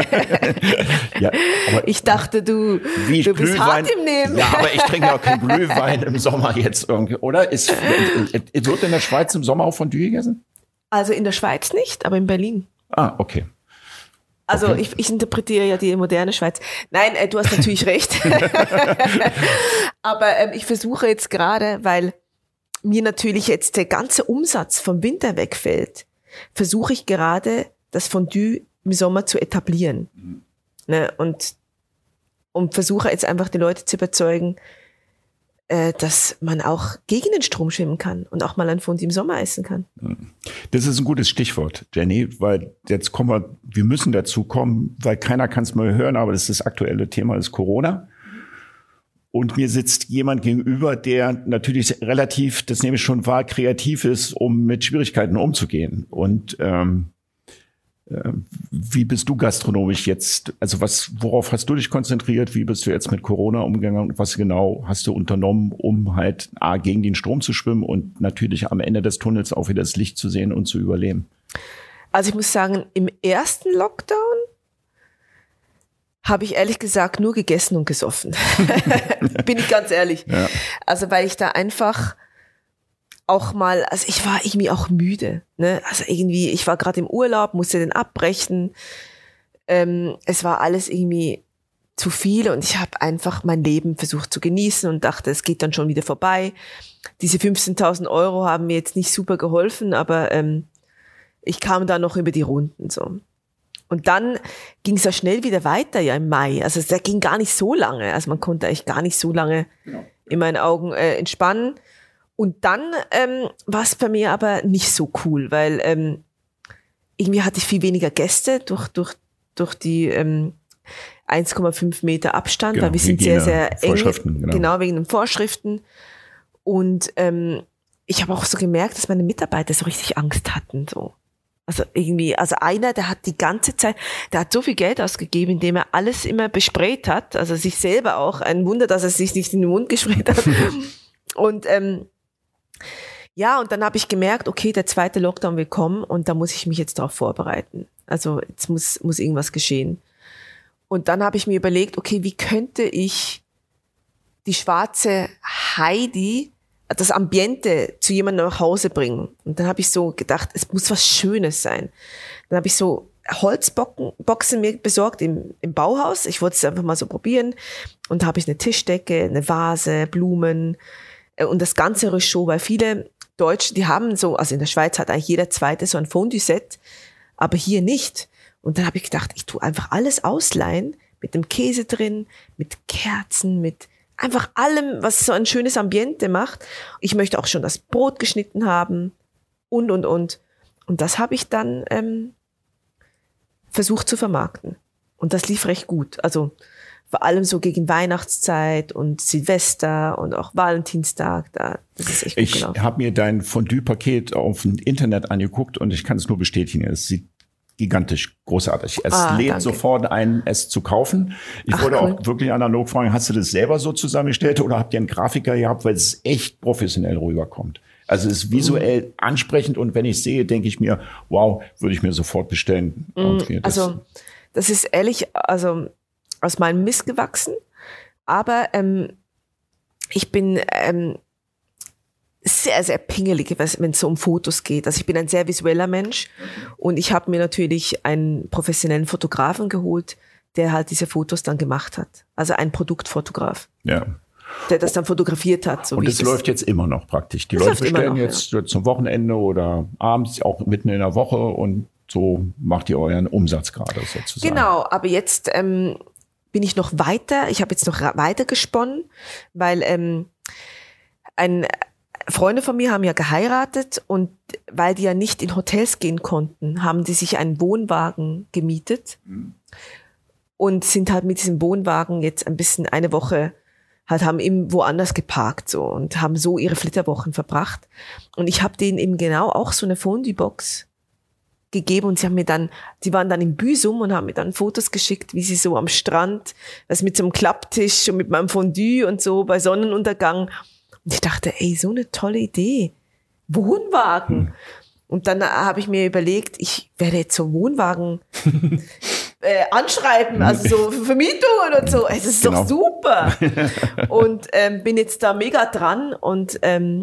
Ja, aber ich dachte, du bist hart im Nehmen. Ja, aber ich trinke auch keinen Glühwein im Sommer jetzt irgendwie, oder? Wird in der Schweiz im Sommer auch Fondue gegessen? Also in der Schweiz nicht, aber in Berlin. Ah, okay. Also okay. Ich interpretiere ja die moderne Schweiz. Nein, du hast natürlich recht. Aber ich versuche jetzt gerade, weil mir natürlich jetzt der ganze Umsatz vom Winter wegfällt, versuche ich gerade, das Fondue im Sommer zu etablieren. Ne? Und versuche jetzt einfach die Leute zu überzeugen, dass man auch gegen den Strom schwimmen kann und auch mal ein Fondue im Sommer essen kann. Das ist ein gutes Stichwort, Jenny, weil jetzt wir müssen dazu kommen, weil keiner kann es mal hören, aber das aktuelle Thema ist Corona. Und mir sitzt jemand gegenüber, der natürlich relativ, das nehme ich schon wahr, kreativ ist, um mit Schwierigkeiten umzugehen. Und wie bist du gastronomisch jetzt? Also worauf hast du dich konzentriert? Wie bist du jetzt mit Corona umgegangen? Und was genau hast du unternommen, um halt gegen den Strom zu schwimmen und natürlich am Ende des Tunnels auch wieder das Licht zu sehen und zu überleben? Also ich muss sagen, im ersten Lockdown habe ich ehrlich gesagt nur gegessen und gesoffen. Bin ich ganz ehrlich. Ja. Also weil ich da einfach auch mal, also ich war irgendwie auch müde. Ne? Also irgendwie, ich war gerade im Urlaub, musste den abbrechen. Es war alles irgendwie zu viel und ich habe einfach mein Leben versucht zu genießen und dachte, es geht dann schon wieder vorbei. Diese 15.000 € haben mir jetzt nicht super geholfen, aber ich kam da noch über die Runden so. Und dann ging es ja schnell wieder weiter, ja im Mai. Also es ging gar nicht so lange. Also man konnte eigentlich gar nicht so lange in meinen Augen entspannen. Und dann war es bei mir aber nicht so cool, weil irgendwie hatte ich viel weniger Gäste durch die 1,5 Meter Abstand, weil wir sind sehr, sehr eng. Vorschriften, genau, wegen den Vorschriften. Und ich habe auch so gemerkt, dass meine Mitarbeiter so richtig Angst hatten, so. Also irgendwie, also einer, der hat die ganze Zeit, der hat so viel Geld ausgegeben, indem er alles immer besprayt hat, also sich selber auch. Ein Wunder, dass er sich nicht in den Mund gesprayt hat. Und ja, und dann habe ich gemerkt, okay, der zweite Lockdown will kommen und da muss ich mich jetzt darauf vorbereiten. Also jetzt muss irgendwas geschehen. Und dann habe ich mir überlegt, okay, wie könnte ich die schwarze Heidi, das Ambiente zu jemandem nach Hause bringen. Und dann habe ich so gedacht, es muss was Schönes sein. Dann habe ich so Holzboxen mir besorgt im Bauhaus. Ich wollte es einfach mal so probieren. Und da habe ich eine Tischdecke, eine Vase, Blumen und das ganze Rechaux, weil viele Deutsche, die haben so, also in der Schweiz hat eigentlich jeder Zweite so ein Fondue-Set, aber hier nicht. Und dann habe ich gedacht, ich tue einfach alles ausleihen, mit dem Käse drin, mit Kerzen, mit einfach allem, was so ein schönes Ambiente macht. Ich möchte auch schon das Brot geschnitten haben und. Und das habe ich dann versucht zu vermarkten. Und das lief recht gut. Also vor allem so gegen Weihnachtszeit und Silvester und auch Valentinstag. Das ist echt gut gelaufen. Ich habe mir dein Fondue-Paket auf dem Internet angeguckt und ich kann es nur bestätigen. Es sieht gigantisch großartig. Es lädt sofort ein, es zu kaufen. Ich wollte auch wirklich analog fragen, hast du das selber so zusammengestellt oder habt ihr einen Grafiker gehabt, weil es echt professionell rüberkommt? Also es ist visuell ansprechend und wenn ich sehe, denke ich mir, wow, würde ich mir sofort bestellen. Also das ist ehrlich, also aus meinem Mist gewachsen, aber ich bin sehr, sehr pingelig, wenn es so um Fotos geht. Also ich bin ein sehr visueller Mensch und ich habe mir natürlich einen professionellen Fotografen geholt, der halt diese Fotos dann gemacht hat. Also ein Produktfotograf. Ja. Der das dann fotografiert hat. So und das läuft jetzt immer noch praktisch. Die Leute bestellen jetzt zum Wochenende oder abends, auch mitten in der Woche und so macht ihr euren Umsatz gerade sozusagen. Genau, aber jetzt bin ich noch weiter, ich habe jetzt noch weiter gesponnen, weil Freunde von mir haben ja geheiratet und weil die ja nicht in Hotels gehen konnten, haben die sich einen Wohnwagen gemietet und sind halt mit diesem Wohnwagen jetzt ein bisschen eine Woche halt haben eben woanders geparkt so und haben so ihre Flitterwochen verbracht. Und ich habe denen eben genau auch so eine Fondue-Box gegeben und die waren dann im Büsum und haben mir dann Fotos geschickt, wie sie so am Strand, das mit so einem Klapptisch und mit meinem Fondue und so bei Sonnenuntergang. Und ich dachte, ey, so eine tolle Idee. Wohnwagen. Und dann habe ich mir überlegt, ich werde jetzt so Wohnwagen anschreiben, also so für Vermietungen und so. Es ist doch super. Und bin jetzt da mega dran und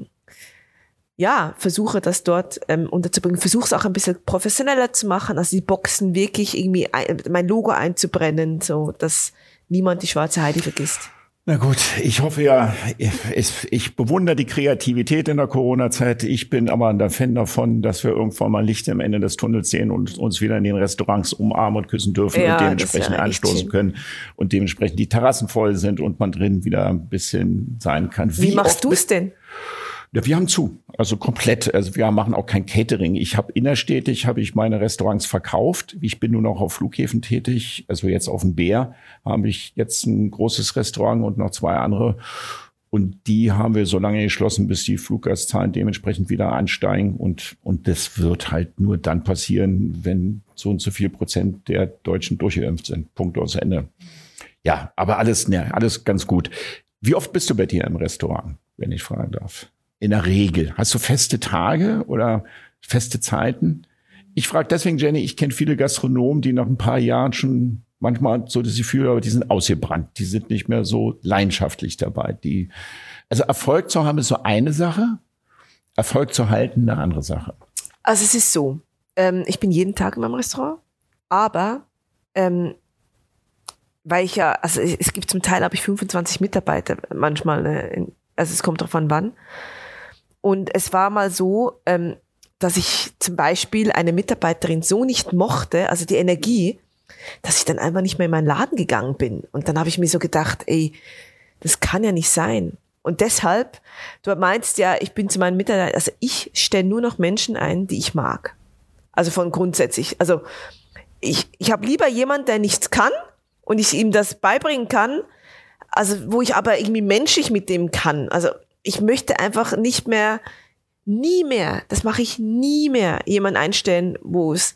versuche das dort unterzubringen. Versuche es auch ein bisschen professioneller zu machen, also die Boxen wirklich irgendwie mein Logo einzubrennen, so dass niemand die schwarze Heidi vergisst. Na gut, ich hoffe ja, ich bewundere die Kreativität in der Corona-Zeit. Ich bin aber ein Fan davon, dass wir irgendwann mal Licht am Ende des Tunnels sehen und uns wieder in den Restaurants umarmen und küssen dürfen und dementsprechend anstoßen können und dementsprechend die Terrassen voll sind und man drin wieder ein bisschen sein kann. Wie machst du es denn? Ja, wir haben zu, also komplett. Also wir machen auch kein Catering. Ich habe innerstädtisch meine Restaurants verkauft. Ich bin nur noch auf Flughäfen tätig. Also jetzt auf dem Bär habe ich jetzt ein großes Restaurant und noch 2 andere. Und die haben wir so lange geschlossen, bis die Fluggastzahlen dementsprechend wieder ansteigen. Und das wird halt nur dann passieren, wenn so und so viel % der Deutschen durchgeimpft sind. Punkt aus Ende. Ja, aber alles ganz gut. Wie oft bist du bei dir im Restaurant, wenn ich fragen darf? In der Regel. Hast du feste Tage oder feste Zeiten? Ich frage deswegen, Jenny, ich kenne viele Gastronomen, die nach ein paar Jahren schon manchmal so das Gefühl haben, die sind ausgebrannt. Die sind nicht mehr so leidenschaftlich dabei. Also Erfolg zu haben ist so eine Sache, Erfolg zu halten eine andere Sache. Also es ist so, ich bin jeden Tag in meinem Restaurant, aber weil ich also es gibt zum Teil, habe ich 25 Mitarbeiter manchmal, also es kommt drauf an, wann. Und es war mal so, dass ich zum Beispiel eine Mitarbeiterin so nicht mochte, also die Energie, dass ich dann einfach nicht mehr in meinen Laden gegangen bin. Und dann habe ich mir so gedacht, ey, das kann ja nicht sein. Und deshalb, du meinst ja, ich bin zu meinen Mitarbeitern, also ich stelle nur noch Menschen ein, die ich mag. Also von grundsätzlich. Also ich habe lieber jemanden, der nichts kann und ich ihm das beibringen kann, also wo ich aber irgendwie menschlich mit dem kann. Also ich möchte einfach nicht mehr nie mehr, das mache ich nie mehr, jemanden einstellen, wo es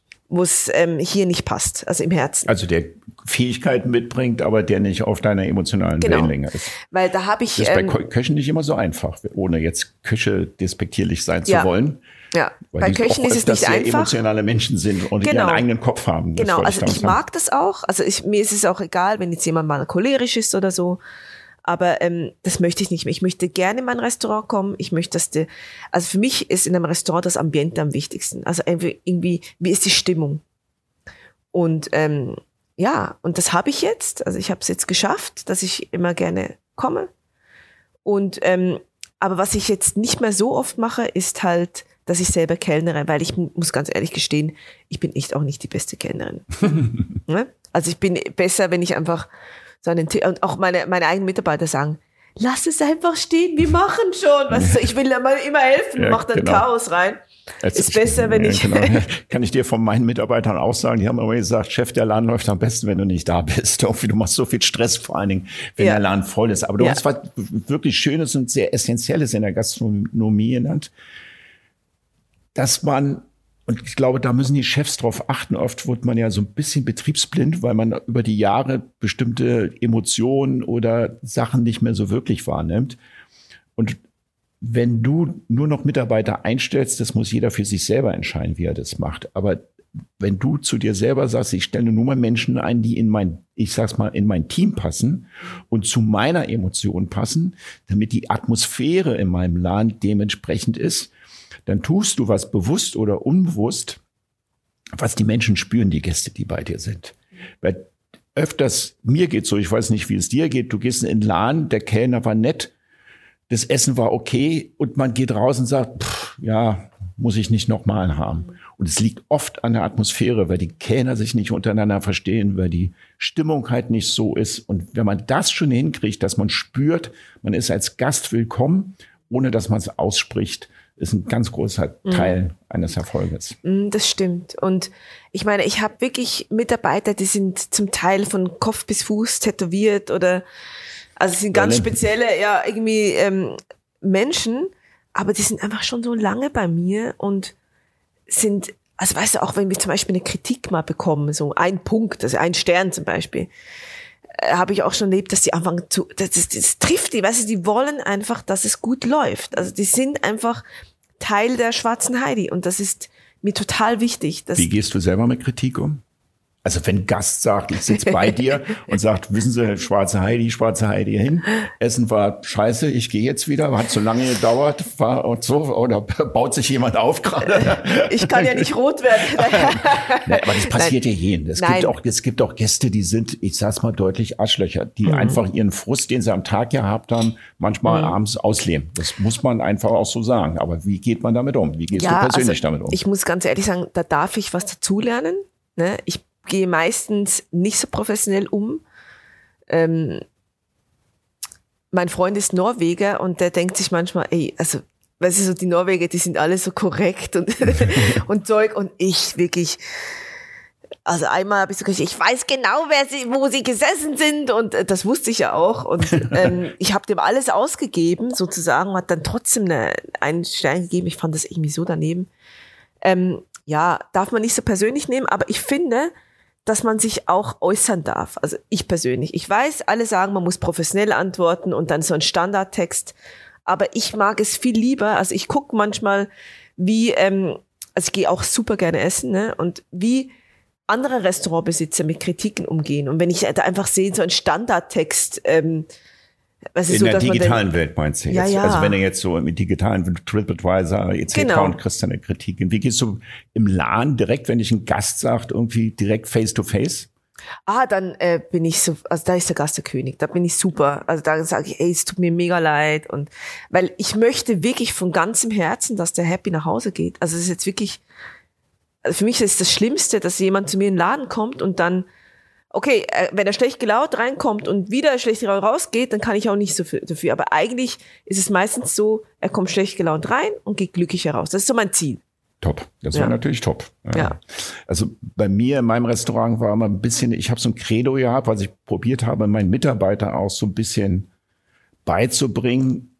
hier nicht passt, also im Herzen. Also der Fähigkeiten mitbringt, aber der nicht auf deiner emotionalen Wellenlänge ist. Weil da habe ich... Das ist bei Köchen nicht immer so einfach, ohne jetzt Köche despektierlich sein zu wollen. Ja, weil bei Köchen ist es nicht einfach. Emotionale Menschen sind und ihren eigenen Kopf haben. Genau, also ich mag das auch. Also mir ist es auch egal, wenn jetzt jemand mal cholerisch ist oder so. Aber das möchte ich nicht mehr. Ich möchte gerne in mein Restaurant kommen. Ich möchte, also für mich ist in einem Restaurant das Ambiente am wichtigsten. Also irgendwie, wie ist die Stimmung? Und und das habe ich jetzt. Also ich habe es jetzt geschafft, dass ich immer gerne komme. Und aber was ich jetzt nicht mehr so oft mache, ist halt, dass ich selber kellnere, weil ich muss ganz ehrlich gestehen, ich bin echt auch nicht die beste Kellnerin. Ne? Also ich bin besser, wenn ich einfach so einen und auch meine eigenen Mitarbeiter sagen, lass es einfach stehen, wir machen schon. Weißt du, ich will immer helfen, mach dann Chaos rein. Ist besser, wenn ich... Genau. Kann ich dir von meinen Mitarbeitern auch sagen, die haben immer gesagt, Chef, der Laden läuft am besten, wenn du nicht da bist. Du machst so viel Stress, vor allen Dingen, wenn der Laden voll ist. Aber du hast was wirklich Schönes und sehr Essentielles in der Gastronomie genannt, dass man, und ich glaube, da müssen die Chefs drauf achten, oft wird man ja so ein bisschen betriebsblind, weil man über die Jahre bestimmte Emotionen oder Sachen nicht mehr so wirklich wahrnimmt. Und wenn du nur noch Mitarbeiter einstellst, das muss jeder für sich selber entscheiden, wie er das macht. Aber wenn du zu dir selber sagst, ich stelle nur mal Menschen ein, die in mein Team passen und zu meiner Emotion passen, damit die Atmosphäre in meinem Laden dementsprechend ist, dann tust du was bewusst oder unbewusst, was die Menschen spüren, die Gäste, die bei dir sind. Weil öfters, mir geht's so, ich weiß nicht, wie es dir geht, du gehst in den Laden, der Kellner war nett, das Essen war okay und man geht raus und sagt, muss ich nicht nochmal haben. Und es liegt oft an der Atmosphäre, weil die Kellner sich nicht untereinander verstehen, weil die Stimmung halt nicht so ist. Und wenn man das schon hinkriegt, dass man spürt, man ist als Gast willkommen, ohne dass man es ausspricht, ist ein ganz großer Teil eines Erfolges. Das stimmt. Und ich meine, ich habe wirklich Mitarbeiter, die sind zum Teil von Kopf bis Fuß tätowiert oder, also es sind ganz spezielle, Menschen, aber die sind einfach schon so lange bei mir und sind, also weißt du, auch wenn wir zum Beispiel eine Kritik mal bekommen, so ein Punkt, also ein Stern zum Beispiel, habe ich auch schon erlebt, dass die anfangen das trifft die, weißt du, die wollen einfach, dass es gut läuft. Also die sind einfach Teil der schwarzen Heidi und das ist mir total wichtig. Wie gehst du selber mit Kritik um? Also wenn ein Gast sagt, ich sitze bei dir und sagt, wissen Sie, schwarze Heidi hin, Essen war scheiße, ich gehe jetzt wieder, hat so lange gedauert, war und so, oder baut sich jemand auf gerade? Ich kann ja nicht rot werden. Nee, aber das passiert ja jedem. Es gibt auch Gäste, die sind, ich sag's mal deutlich, Arschlöcher, die einfach ihren Frust, den sie am Tag gehabt haben, manchmal abends ausleben. Das muss man einfach auch so sagen. Aber wie geht man damit um? Wie gehst du persönlich damit um? Ich muss ganz ehrlich sagen, da darf ich was dazulernen. Ne? Ich gehe meistens nicht so professionell um. Mein Freund ist Norweger und der denkt sich manchmal, weißt du, so die Norweger, die sind alle so korrekt und, und Zeug und ich wirklich, also einmal habe ich so gesagt, ich weiß genau, wo sie gesessen sind und das wusste ich ja auch und ich habe dem alles ausgegeben sozusagen, hat dann trotzdem einen Stern gegeben, ich fand das irgendwie so daneben. Darf man nicht so persönlich nehmen, aber ich finde, dass man sich auch äußern darf. Also ich persönlich. Ich weiß, alle sagen, man muss professionell antworten und dann so ein Standardtext. Aber ich mag es viel lieber. Also ich gucke manchmal, also ich gehe auch super gerne essen, ne? Und wie andere Restaurantbesitzer mit Kritiken umgehen. Und wenn ich da einfach sehe, so ein Standardtext, in der digitalen Welt meinst du jetzt? Ja. Also wenn du jetzt so im digitalen TripAdvisor etc. und kriegst du eine Kritik. Wie gehst du im Laden direkt, wenn dich ein Gast sagt, irgendwie direkt face-to-face? Dann bin ich so, also da ist der Gast der König, da bin ich super. Also da sage ich, es tut mir mega leid. Und weil ich möchte wirklich von ganzem Herzen, dass der happy nach Hause geht. Also es ist jetzt wirklich, also für mich ist das Schlimmste, dass jemand zu mir in den Laden kommt und dann okay, wenn er schlecht gelaunt reinkommt und wieder schlecht rausgeht, dann kann ich auch nicht so viel dafür. Aber eigentlich ist es meistens so, er kommt schlecht gelaunt rein und geht glücklich heraus. Das ist so mein Ziel. Top, das wäre natürlich top. Ja. Also bei mir in meinem Restaurant war immer ein bisschen, ich habe so ein Credo gehabt, was ich probiert habe, meinen Mitarbeitern auch so ein bisschen beizubringen.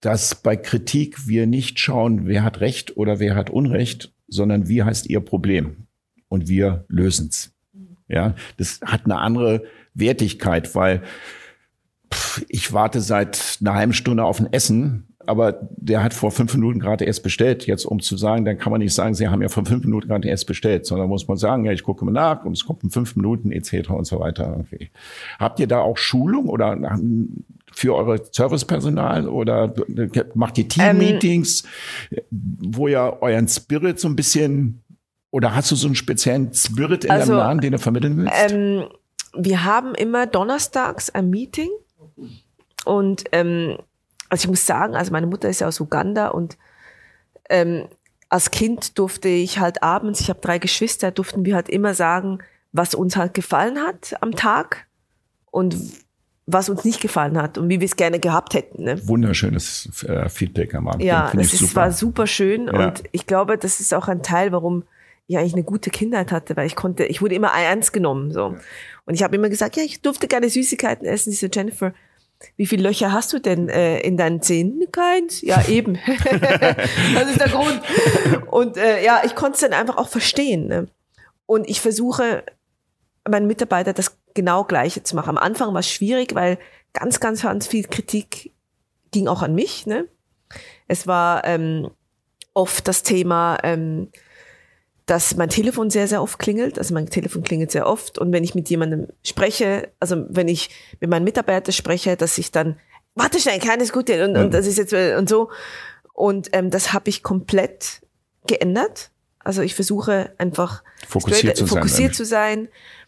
dass bei Kritik wir nicht schauen, wer hat Recht oder wer hat Unrecht, sondern wie heißt Ihr Problem und wir lösen's. Ja, das hat eine andere Wertigkeit, weil ich warte seit einer halben Stunde auf ein Essen, aber der hat vor 5 Minuten gerade erst bestellt. Jetzt, um zu sagen, dann kann man nicht sagen, Sie haben ja vor 5 Minuten gerade erst bestellt, sondern muss man sagen, ja, ich gucke mal nach und es kommt in 5 Minuten etc. und so weiter. Okay. Habt ihr da auch Schulung oder für eure Servicepersonal oder macht ihr Team-Meetings, wo ihr euren Spirit so ein bisschen, oder hast du so einen speziellen Spirit in deinem Namen, den du vermitteln willst? Wir haben immer donnerstags ein Meeting und also ich muss sagen, also meine Mutter ist ja aus Uganda und als Kind durfte ich halt abends, ich habe 3 Geschwister, durften wir halt immer sagen, was uns halt gefallen hat am Tag und was uns nicht gefallen hat und wie wir es gerne gehabt hätten. Ne? Wunderschönes Feedback am Abend. Ja, war super schön und ich glaube, das ist auch ein Teil, warum ich eigentlich eine gute Kindheit hatte, weil ich wurde immer ernst genommen. So. Und ich habe immer gesagt, ja, ich durfte gerne Süßigkeiten essen. Sie so, Jennifer, wie viele Löcher hast du denn in deinen Zähnen? Keins. Ja, eben. Das ist der Grund. Und ja, ich konnte es dann einfach auch verstehen. Ne? Und ich versuche, meinen Mitarbeitern das genau Gleiche zu machen. Am Anfang war es schwierig, weil ganz, ganz, ganz viel Kritik ging auch an mich. Ne? Es war oft das Thema, dass mein Telefon sehr, sehr oft klingelt. Also mein Telefon klingelt sehr oft. Und wenn ich mit jemandem spreche, also wenn ich mit meinen Mitarbeitern spreche, dass ich dann, warte schnell, keines Gute und das ist jetzt und so. Und das habe ich komplett geändert. Also ich versuche einfach fokussiert zu sein.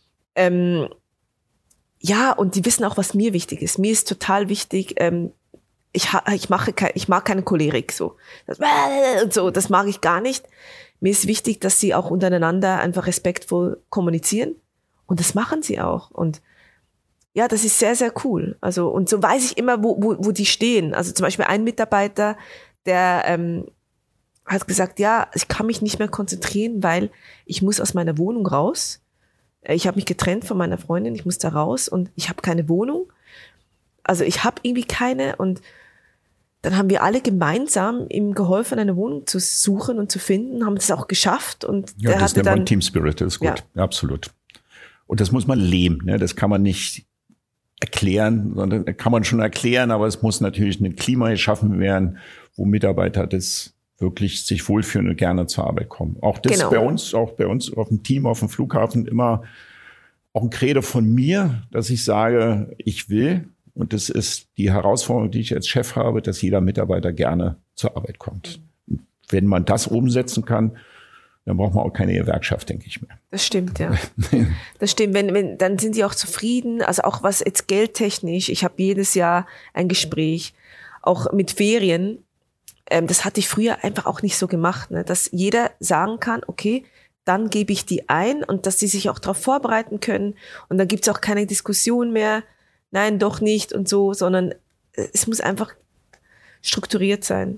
Ja, und die wissen auch, was mir wichtig ist. Mir ist total wichtig, ich mag keine Cholerik, so. Das mag ich gar nicht. Mir ist wichtig, dass sie auch untereinander einfach respektvoll kommunizieren. Und das machen sie auch. Und ja, das ist sehr, sehr cool. Also, und so weiß ich immer, wo die stehen. Also zum Beispiel ein Mitarbeiter, der hat gesagt, ja, ich kann mich nicht mehr konzentrieren, weil ich muss aus meiner Wohnung raus. Ich habe mich getrennt von meiner Freundin, ich muss da raus und ich habe keine Wohnung. Also ich habe irgendwie keine und dann haben wir alle gemeinsam ihm geholfen, eine Wohnung zu suchen und zu finden, haben es auch geschafft. Und ja, der das nennt man Team Spirit, das ist gut, ja, absolut. Und das muss man leben, ne? Das kann man nicht erklären, sondern kann man schon erklären, aber es muss natürlich ein Klima geschaffen werden, wo Mitarbeiter das wirklich sich wohlfühlen und gerne zur Arbeit kommen. Auch das bei uns auf dem Team, auf dem Flughafen immer auch ein Credo von mir, dass ich sage, ich will. Und das ist die Herausforderung, die ich als Chef habe, dass jeder Mitarbeiter gerne zur Arbeit kommt. Und wenn man das umsetzen kann, dann braucht man auch keine Gewerkschaft, denke ich mir. Das stimmt, ja. Das stimmt. Dann sind die auch zufrieden. Also auch was jetzt geldtechnisch. Ich habe jedes Jahr ein Gespräch, auch mit Ferien. Das hatte ich früher einfach auch nicht so gemacht, ne? Dass jeder sagen kann, okay, dann gebe ich die ein und dass die sich auch darauf vorbereiten können. Und dann gibt es auch keine Diskussion mehr. Nein, doch nicht und so, sondern es muss einfach strukturiert sein.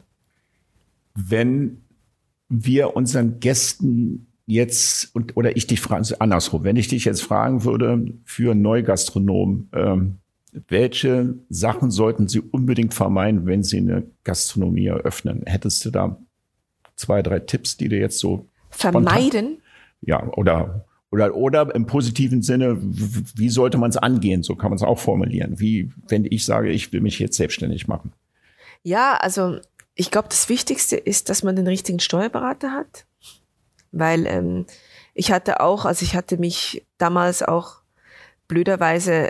Wenn wir unseren Gästen jetzt, oder ich dich frage, andersrum, wenn ich dich jetzt fragen würde für Neugastronomen, welche Sachen sollten sie unbedingt vermeiden, wenn sie eine Gastronomie eröffnen? Hättest du da 2, 3 Tipps, die du jetzt so vermeiden? Ja, oder im positiven Sinne, wie sollte man es angehen? So kann man es auch formulieren. Wie, wenn ich sage, ich will mich jetzt selbstständig machen. Ja, also ich glaube, das Wichtigste ist, dass man den richtigen Steuerberater hat. Weil ich hatte mich damals auch blöderweise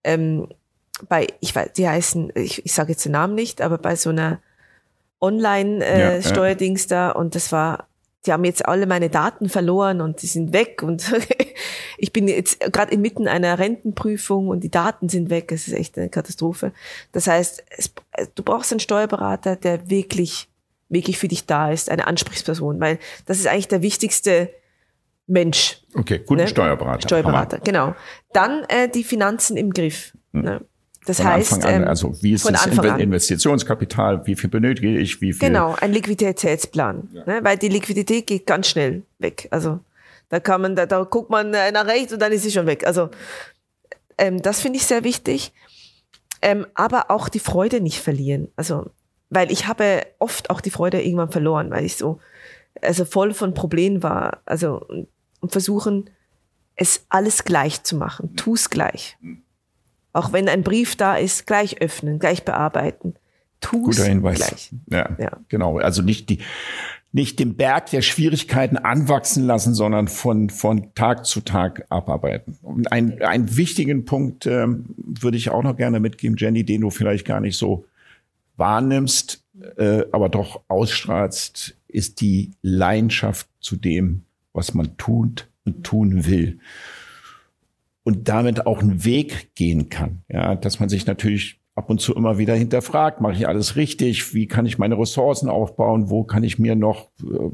ich sage jetzt den Namen nicht, aber bei so einer Online-Steuerdings da und die haben jetzt alle meine Daten verloren und die sind weg und ich bin jetzt gerade inmitten einer Rentenprüfung und die Daten sind weg. Es ist echt eine Katastrophe. Das heißt, du brauchst einen Steuerberater, der wirklich, wirklich für dich da ist, eine Ansprechperson, weil das ist eigentlich der wichtigste Mensch. Okay, guten Steuerberater. Steuerberater, genau. Dann die Finanzen im Griff. Ne? Das von heißt, Anfang an, also wie ist das Investitionskapital, wie viel benötige ich, wie viel? Genau, ein Liquiditätsplan, ne? Weil die Liquidität geht ganz schnell weg. Also da guckt man nach rechts und dann ist sie schon weg. Also das finde ich sehr wichtig, aber auch die Freude nicht verlieren. Also weil ich habe oft auch die Freude irgendwann verloren, weil ich so, also voll von Problemen war, also und versuchen, es alles gleich zu machen, tu es gleich. Auch wenn ein Brief da ist, gleich öffnen, gleich bearbeiten, tu es gleich. Guter Hinweis. Ja, genau. Also nicht den Berg der Schwierigkeiten anwachsen lassen, sondern von Tag zu Tag abarbeiten. Und einen wichtigen Punkt würde ich auch noch gerne mitgeben, Jenny, den du vielleicht gar nicht so wahrnimmst, aber doch ausstrahlst, ist die Leidenschaft zu dem, was man tut und tun will. Und damit auch einen Weg gehen kann. Ja, dass man sich natürlich ab und zu immer wieder hinterfragt, mache ich alles richtig? Wie kann ich meine Ressourcen aufbauen? Wo kann ich mir noch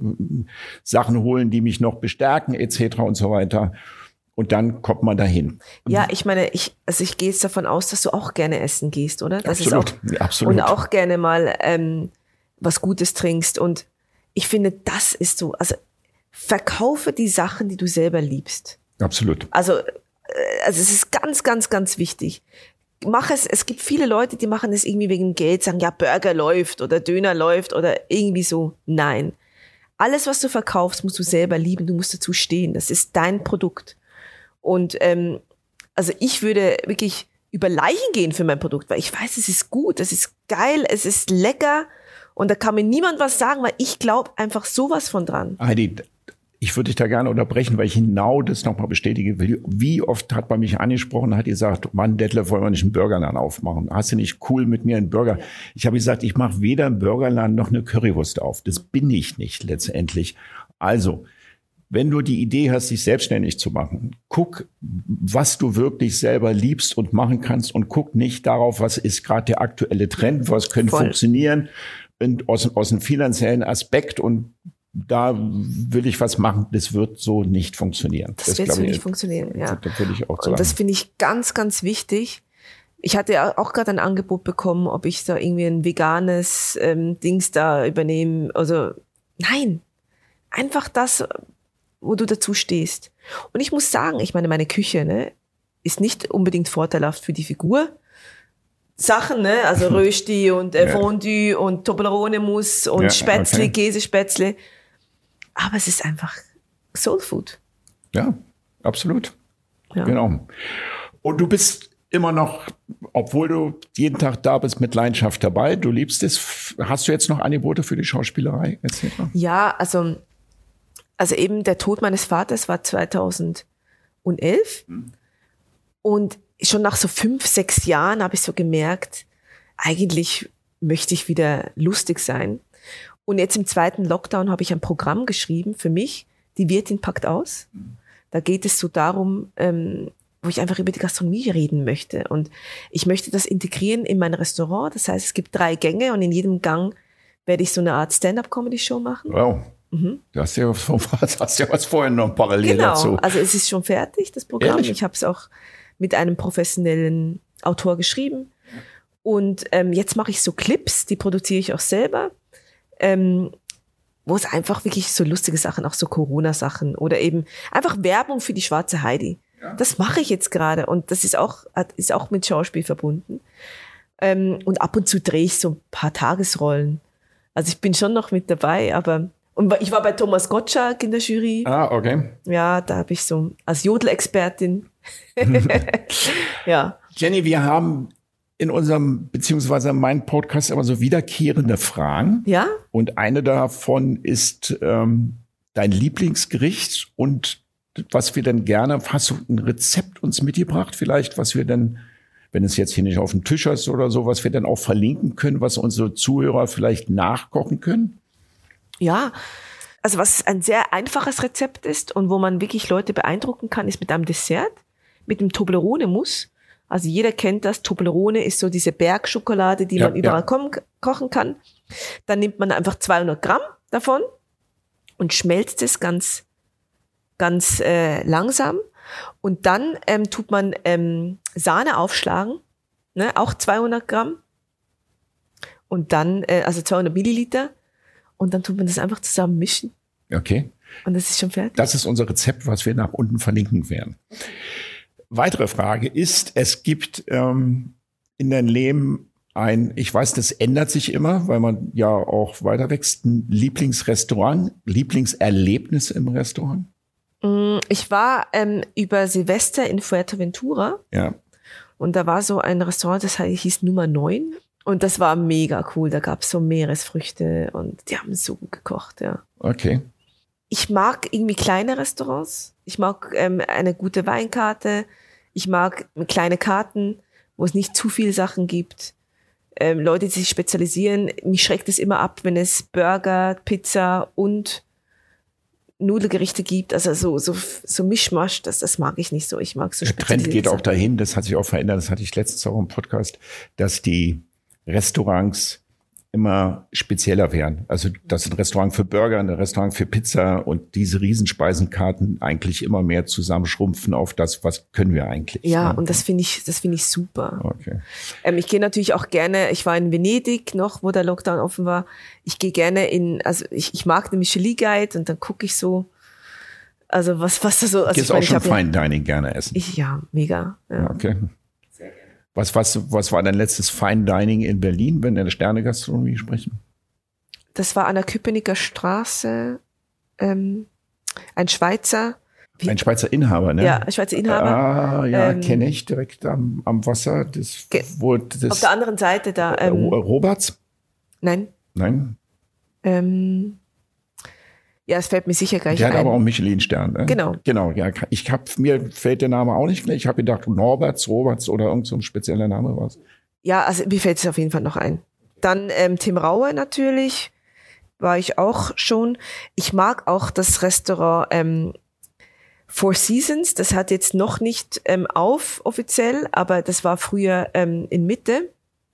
Sachen holen, die mich noch bestärken, etc. und so weiter. Und dann kommt man dahin. Ja, ich meine, ich gehe jetzt davon aus, dass du auch gerne essen gehst, oder? Das absolut, ist auch, absolut. Und auch gerne mal was Gutes trinkst. Und ich finde, das ist so, also verkaufe die Sachen, die du selber liebst. Absolut. Also es ist ganz, ganz, ganz wichtig. Es gibt viele Leute, die machen es irgendwie wegen Geld, sagen, ja, Burger läuft oder Döner läuft oder irgendwie so. Nein. Alles, was du verkaufst, musst du selber lieben, du musst dazu stehen. Das ist dein Produkt. Und also ich würde wirklich über Leichen gehen für mein Produkt, weil ich weiß, es ist gut, es ist geil, es ist lecker und da kann mir niemand was sagen, weil ich glaube einfach sowas von dran. Heidi, ich würde dich da gerne unterbrechen, weil ich genau das nochmal bestätige will. Wie oft hat man mich angesprochen und hat gesagt, Mann, Detlef, wollen wir nicht einen Burgerladen aufmachen? Hast du nicht cool mit mir einen Burger? Ich habe gesagt, ich mache weder einen Burgerladen noch eine Currywurst auf. Das bin ich nicht letztendlich. Also, wenn du die Idee hast, dich selbstständig zu machen, guck, was du wirklich selber liebst und machen kannst und guck nicht darauf, was ist gerade der aktuelle Trend, was könnte funktionieren und aus einem finanziellen Aspekt und da will ich was machen, das wird so nicht funktionieren. Das wird so nicht funktionieren, ja. Das würde ich auch sagen. Und das finde ich ganz, ganz wichtig. Ich hatte ja auch gerade ein Angebot bekommen, ob ich da irgendwie ein veganes Dings da übernehme. Also nein, einfach das, wo du dazu stehst. Und ich muss sagen, ich meine, meine Küche, ne, ist nicht unbedingt vorteilhaft für die Figur. Sachen, ne, also Rösti und Fondue und Toblerone-Mousse und Spätzle, Käsespätzle. Aber es ist einfach Soul Food. Ja, absolut. Ja. Genau. Und du bist immer noch, obwohl du jeden Tag da bist, mit Leidenschaft dabei. Du liebst es. Hast du jetzt noch Angebote für die Schauspielerei? Erzähl mal. Ja, also eben der Tod meines Vaters war 2011. Und schon nach so 5, 6 Jahren habe ich so gemerkt, eigentlich möchte ich wieder lustig sein. Und jetzt im zweiten Lockdown habe ich ein Programm geschrieben für mich, die Wirtin packt aus. Da geht es so darum, wo ich einfach über die Gastronomie reden möchte. Und ich möchte das integrieren in mein Restaurant. Das heißt, es gibt 3 Gänge und in jedem Gang werde ich so eine Art Stand-up-Comedy-Show machen. Wow. Du hast ja was vorher noch parallel dazu. Genau, also es ist schon fertig, das Programm. Ehrlich? Ich habe es auch mit einem professionellen Autor geschrieben. Und jetzt mache ich so Clips, die produziere ich auch selber. Wo es einfach wirklich so lustige Sachen, auch so Corona-Sachen oder eben einfach Werbung für die schwarze Heidi. Ja. Das mache ich jetzt gerade und das ist auch mit Schauspiel verbunden. Und ab und zu drehe ich so ein paar Tagesrollen. Also ich bin schon noch mit dabei, aber und ich war bei Thomas Gottschalk in der Jury. Ah, okay. Ja, da habe ich so als Jodel-Expertin. Ja. Jenny, wir haben in unserem, beziehungsweise in meinem Podcast immer so wiederkehrende Fragen. Ja. Und eine davon ist dein Lieblingsgericht und was wir denn gerne, hast du ein Rezept uns mitgebracht vielleicht, was wir denn, wenn es jetzt hier nicht auf dem Tisch ist oder so, was wir dann auch verlinken können, was unsere Zuhörer vielleicht nachkochen können? Ja, also was ein sehr einfaches Rezept ist und wo man wirklich Leute beeindrucken kann, ist mit einem Dessert, mit dem Toblerone-Mousse. Also jeder kennt das. Toblerone ist so diese Bergschokolade, die man überall kochen kann. Dann nimmt man einfach 200 Gramm davon und schmelzt es ganz, ganz langsam. Und dann tut man Sahne aufschlagen, ne, auch 200 Gramm. Und dann, also 200 Milliliter. Und dann tut man das einfach zusammen mischen. Okay. Und das ist schon fertig. Das ist unser Rezept, was wir nach unten verlinken werden. Weitere Frage ist, es gibt in deinem Leben ich weiß, das ändert sich immer, weil man ja auch weiter wächst, ein Lieblingsrestaurant, Lieblingserlebnis im Restaurant? Ich war über Silvester in Fuerteventura. Ja. Und da war so ein Restaurant, das hieß Nummer 9. Und das war mega cool. Da gab es so Meeresfrüchte und die haben so gut gekocht, ja. Okay. Ich mag irgendwie kleine Restaurants. Ich mag eine gute Weinkarte. Ich mag kleine Karten, wo es nicht zu viele Sachen gibt. Leute, die sich spezialisieren. Mich schreckt es immer ab, wenn es Burger, Pizza und Nudelgerichte gibt, also so Mischmasch, das mag ich nicht so. Ich mag so spezialisiert. Der Trend geht auch dahin, das hat sich auch verändert, das hatte ich letztens auch im Podcast, dass die Restaurants immer spezieller werden. Also das ist ein Restaurant für Burger, ein Restaurant für Pizza und diese Riesenspeisenkarten eigentlich immer mehr zusammenschrumpfen auf das, was können wir eigentlich. Ja, ne? Und das finde ich super. Okay. Ich gehe natürlich auch gerne, ich war in Venedig noch, wo der Lockdown offen war. Ich gehe gerne ich mag den Michelin Guide und dann gucke ich so, also was da so. Also gehst auch schon Fine Dining gerne essen? Ja, mega. Ja. Okay. Was war dein letztes Fine Dining in Berlin, wenn wir eine Sterne-Gastronomie sprechen? Das war an der Köpenicker Straße, ein Schweizer. Ein Schweizer Inhaber, ne? Ja, ein Schweizer Inhaber. Ah, ja, kenne ich, direkt am Wasser. Auf der anderen Seite da. Roberts? Nein. Nein? Ja, es fällt mir sicher gleich ein. Der hat aber auch einen Michelin-Stern. Ne? Genau, ja. Mir fällt der Name auch nicht. Ich habe gedacht, Roberts oder irgend so ein spezieller Name war es. Ja, also mir fällt es auf jeden Fall noch ein. Dann Tim Raue natürlich, war ich auch schon. Ich mag auch das Restaurant Four Seasons. Das hat jetzt noch nicht auf offiziell, aber das war früher in Mitte.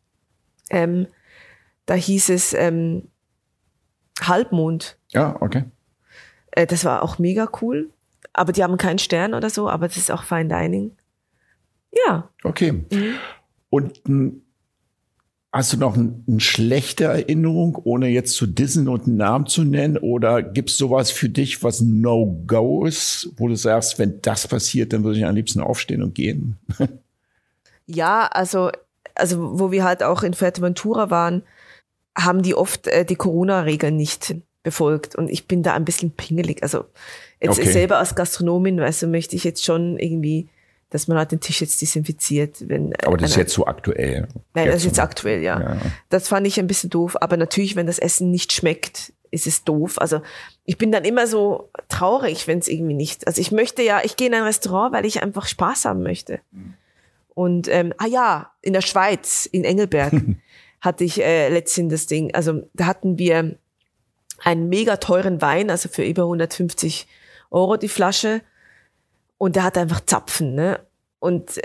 Da hieß es Halbmond. Ja, okay. Das war auch mega cool. Aber die haben keinen Stern oder so, aber das ist auch Fine Dining. Ja. Okay. Mhm. Und hast du noch eine schlechte Erinnerung, ohne jetzt zu dissen und einen Namen zu nennen? Oder gibt es sowas für dich, was ein No-Go ist, wo du sagst, wenn das passiert, dann würde ich am liebsten aufstehen und gehen? Ja, also wo wir halt auch in Fuerteventura waren, haben die oft die Corona-Regeln nicht befolgt. Und ich bin da ein bisschen pingelig. Also jetzt selber als Gastronomin, weißt du, möchte ich jetzt schon irgendwie, dass man halt den Tisch jetzt desinfiziert. Aber das ist jetzt so aktuell. Nein, das ist jetzt aktuell, ja. Das fand ich ein bisschen doof. Aber natürlich, wenn das Essen nicht schmeckt, ist es doof. Also ich bin dann immer so traurig, wenn es irgendwie nicht. Also ich gehe in ein Restaurant, weil ich einfach Spaß haben möchte. Und in der Schweiz, in Engelberg, hatte ich letztens das Ding. Also da hatten wir einen mega teuren Wein, also für über 150 € die Flasche. Und der hat einfach Zapfen, ne? Und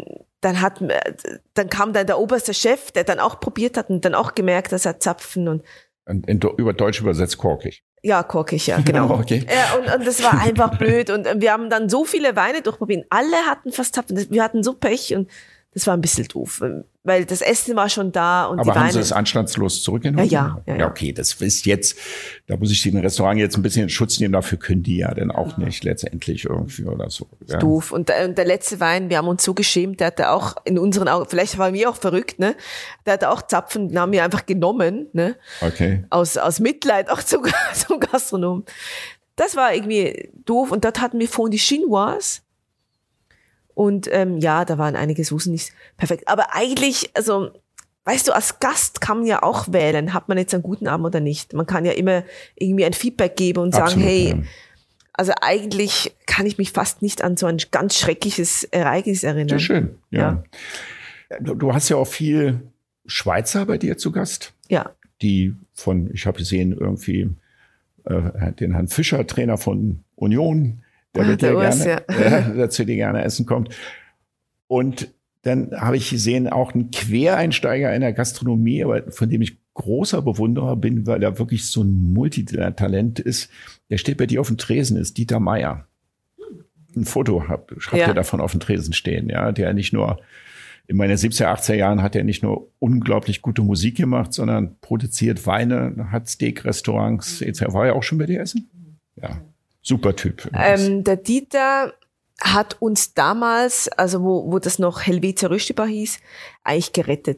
dann kam dann der oberste Chef, der dann auch probiert hat und dann auch gemerkt, dass er Zapfen und über Deutsch übersetzt korkig. Ja, korkig, ja, genau. Okay. Und das war einfach blöd. Und wir haben dann so viele Weine durchprobiert. Alle hatten fast Zapfen. Wir hatten so Pech und das war ein bisschen doof, weil das Essen war schon da und aber die Weine. Aber haben Sie es anstandslos zurückgenommen? Ja. Ja, okay, das ist jetzt, da muss ich den Restaurant jetzt ein bisschen in Schutz nehmen, dafür können die ja dann auch nicht letztendlich irgendwie oder so. Ja. Doof. Und der letzte Wein, wir haben uns so geschämt, der hatte auch in unseren Augen, vielleicht waren wir auch verrückt, ne? Der hatte auch Zapfen, den haben wir einfach genommen, ne? Okay. Aus Mitleid auch zum Gastronom. Das war irgendwie doof und dort hatten wir Fondue Chinoise. Und da waren einige Soßen nicht perfekt. Aber eigentlich, also, weißt du, als Gast kann man ja auch wählen, hat man jetzt einen guten Abend oder nicht. Man kann ja immer irgendwie ein Feedback geben und sagen, absolut, hey, ja. Also eigentlich kann ich mich fast nicht an so ein ganz schreckliches Ereignis erinnern. Sehr schön, ja. Du hast ja auch viel Schweizer bei dir zu Gast. Ja. Die ich habe gesehen, irgendwie den Herrn Fischer, Trainer von Union, der zu dir gerne essen kommt. Und dann habe ich gesehen, auch ein Quereinsteiger in der Gastronomie, aber von dem ich großer Bewunderer bin, weil er wirklich so ein Multitalent ist. Der steht bei dir auf dem Tresen, ist Dieter Meier. Ein Foto habt ihr davon auf dem Tresen stehen, ja, der nicht nur in meinen 70er, 80er Jahren hat er nicht nur unglaublich gute Musik gemacht, sondern produziert Weine, hat Steak-Restaurants. War er auch schon bei dir essen? Ja. Super Typ. Der Dieter hat uns damals, also wo das noch Helvetia Röstibar hieß, eigentlich gerettet.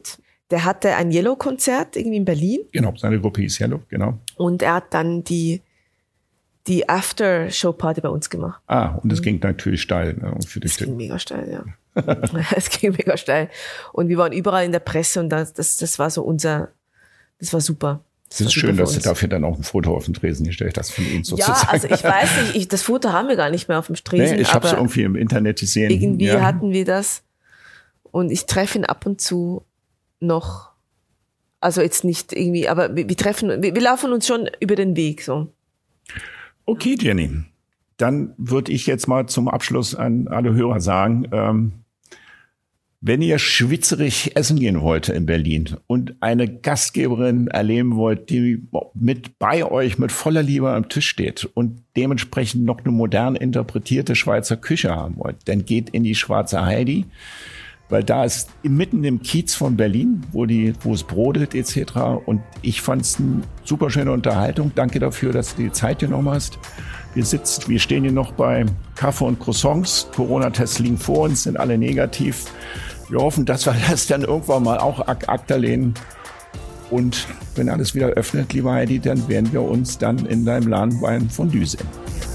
der hatte ein Yellow-Konzert irgendwie in Berlin. Genau, seine Gruppe hieß Yellow, genau. Und er hat dann die After-Show-Party bei uns gemacht. Und das ging natürlich steil. Ne, das ging mega steil, ja. Es ging mega steil. Und wir waren überall in der Presse und das war so das war super. Das ist schön, dass du dafür dann auch ein Foto auf den Tresen gestellt hast von ihm sozusagen. Ja, also ich weiß nicht, das Foto haben wir gar nicht mehr auf dem Tresen. Nee, ich habe es irgendwie im Internet gesehen. Irgendwie hatten wir das. Und ich treffe ihn ab und zu noch. Also jetzt nicht irgendwie, aber wir laufen uns schon über den Weg, so. Okay, Jenny. Dann würde ich jetzt mal zum Abschluss an alle Hörer sagen, wenn ihr schwitzerig essen gehen wollt in Berlin und eine Gastgeberin erleben wollt, die mit bei euch mit voller Liebe am Tisch steht und dementsprechend noch eine modern interpretierte Schweizer Küche haben wollt, dann geht in die Schwarze Heidi, weil da ist mitten im Kiez von Berlin, wo es brodelt etc. Und ich fand es eine super schöne Unterhaltung. Danke dafür, dass du die Zeit genommen hast. Wir stehen hier noch bei Kaffee und Croissants. Corona-Tests liegen vor uns, sind alle negativ. Wir hoffen, dass wir das dann irgendwann mal auch ad acta lehnen. Und wenn alles wieder öffnet, lieber Heidi, dann werden wir uns dann in deinem Laden beim Fondue sehen.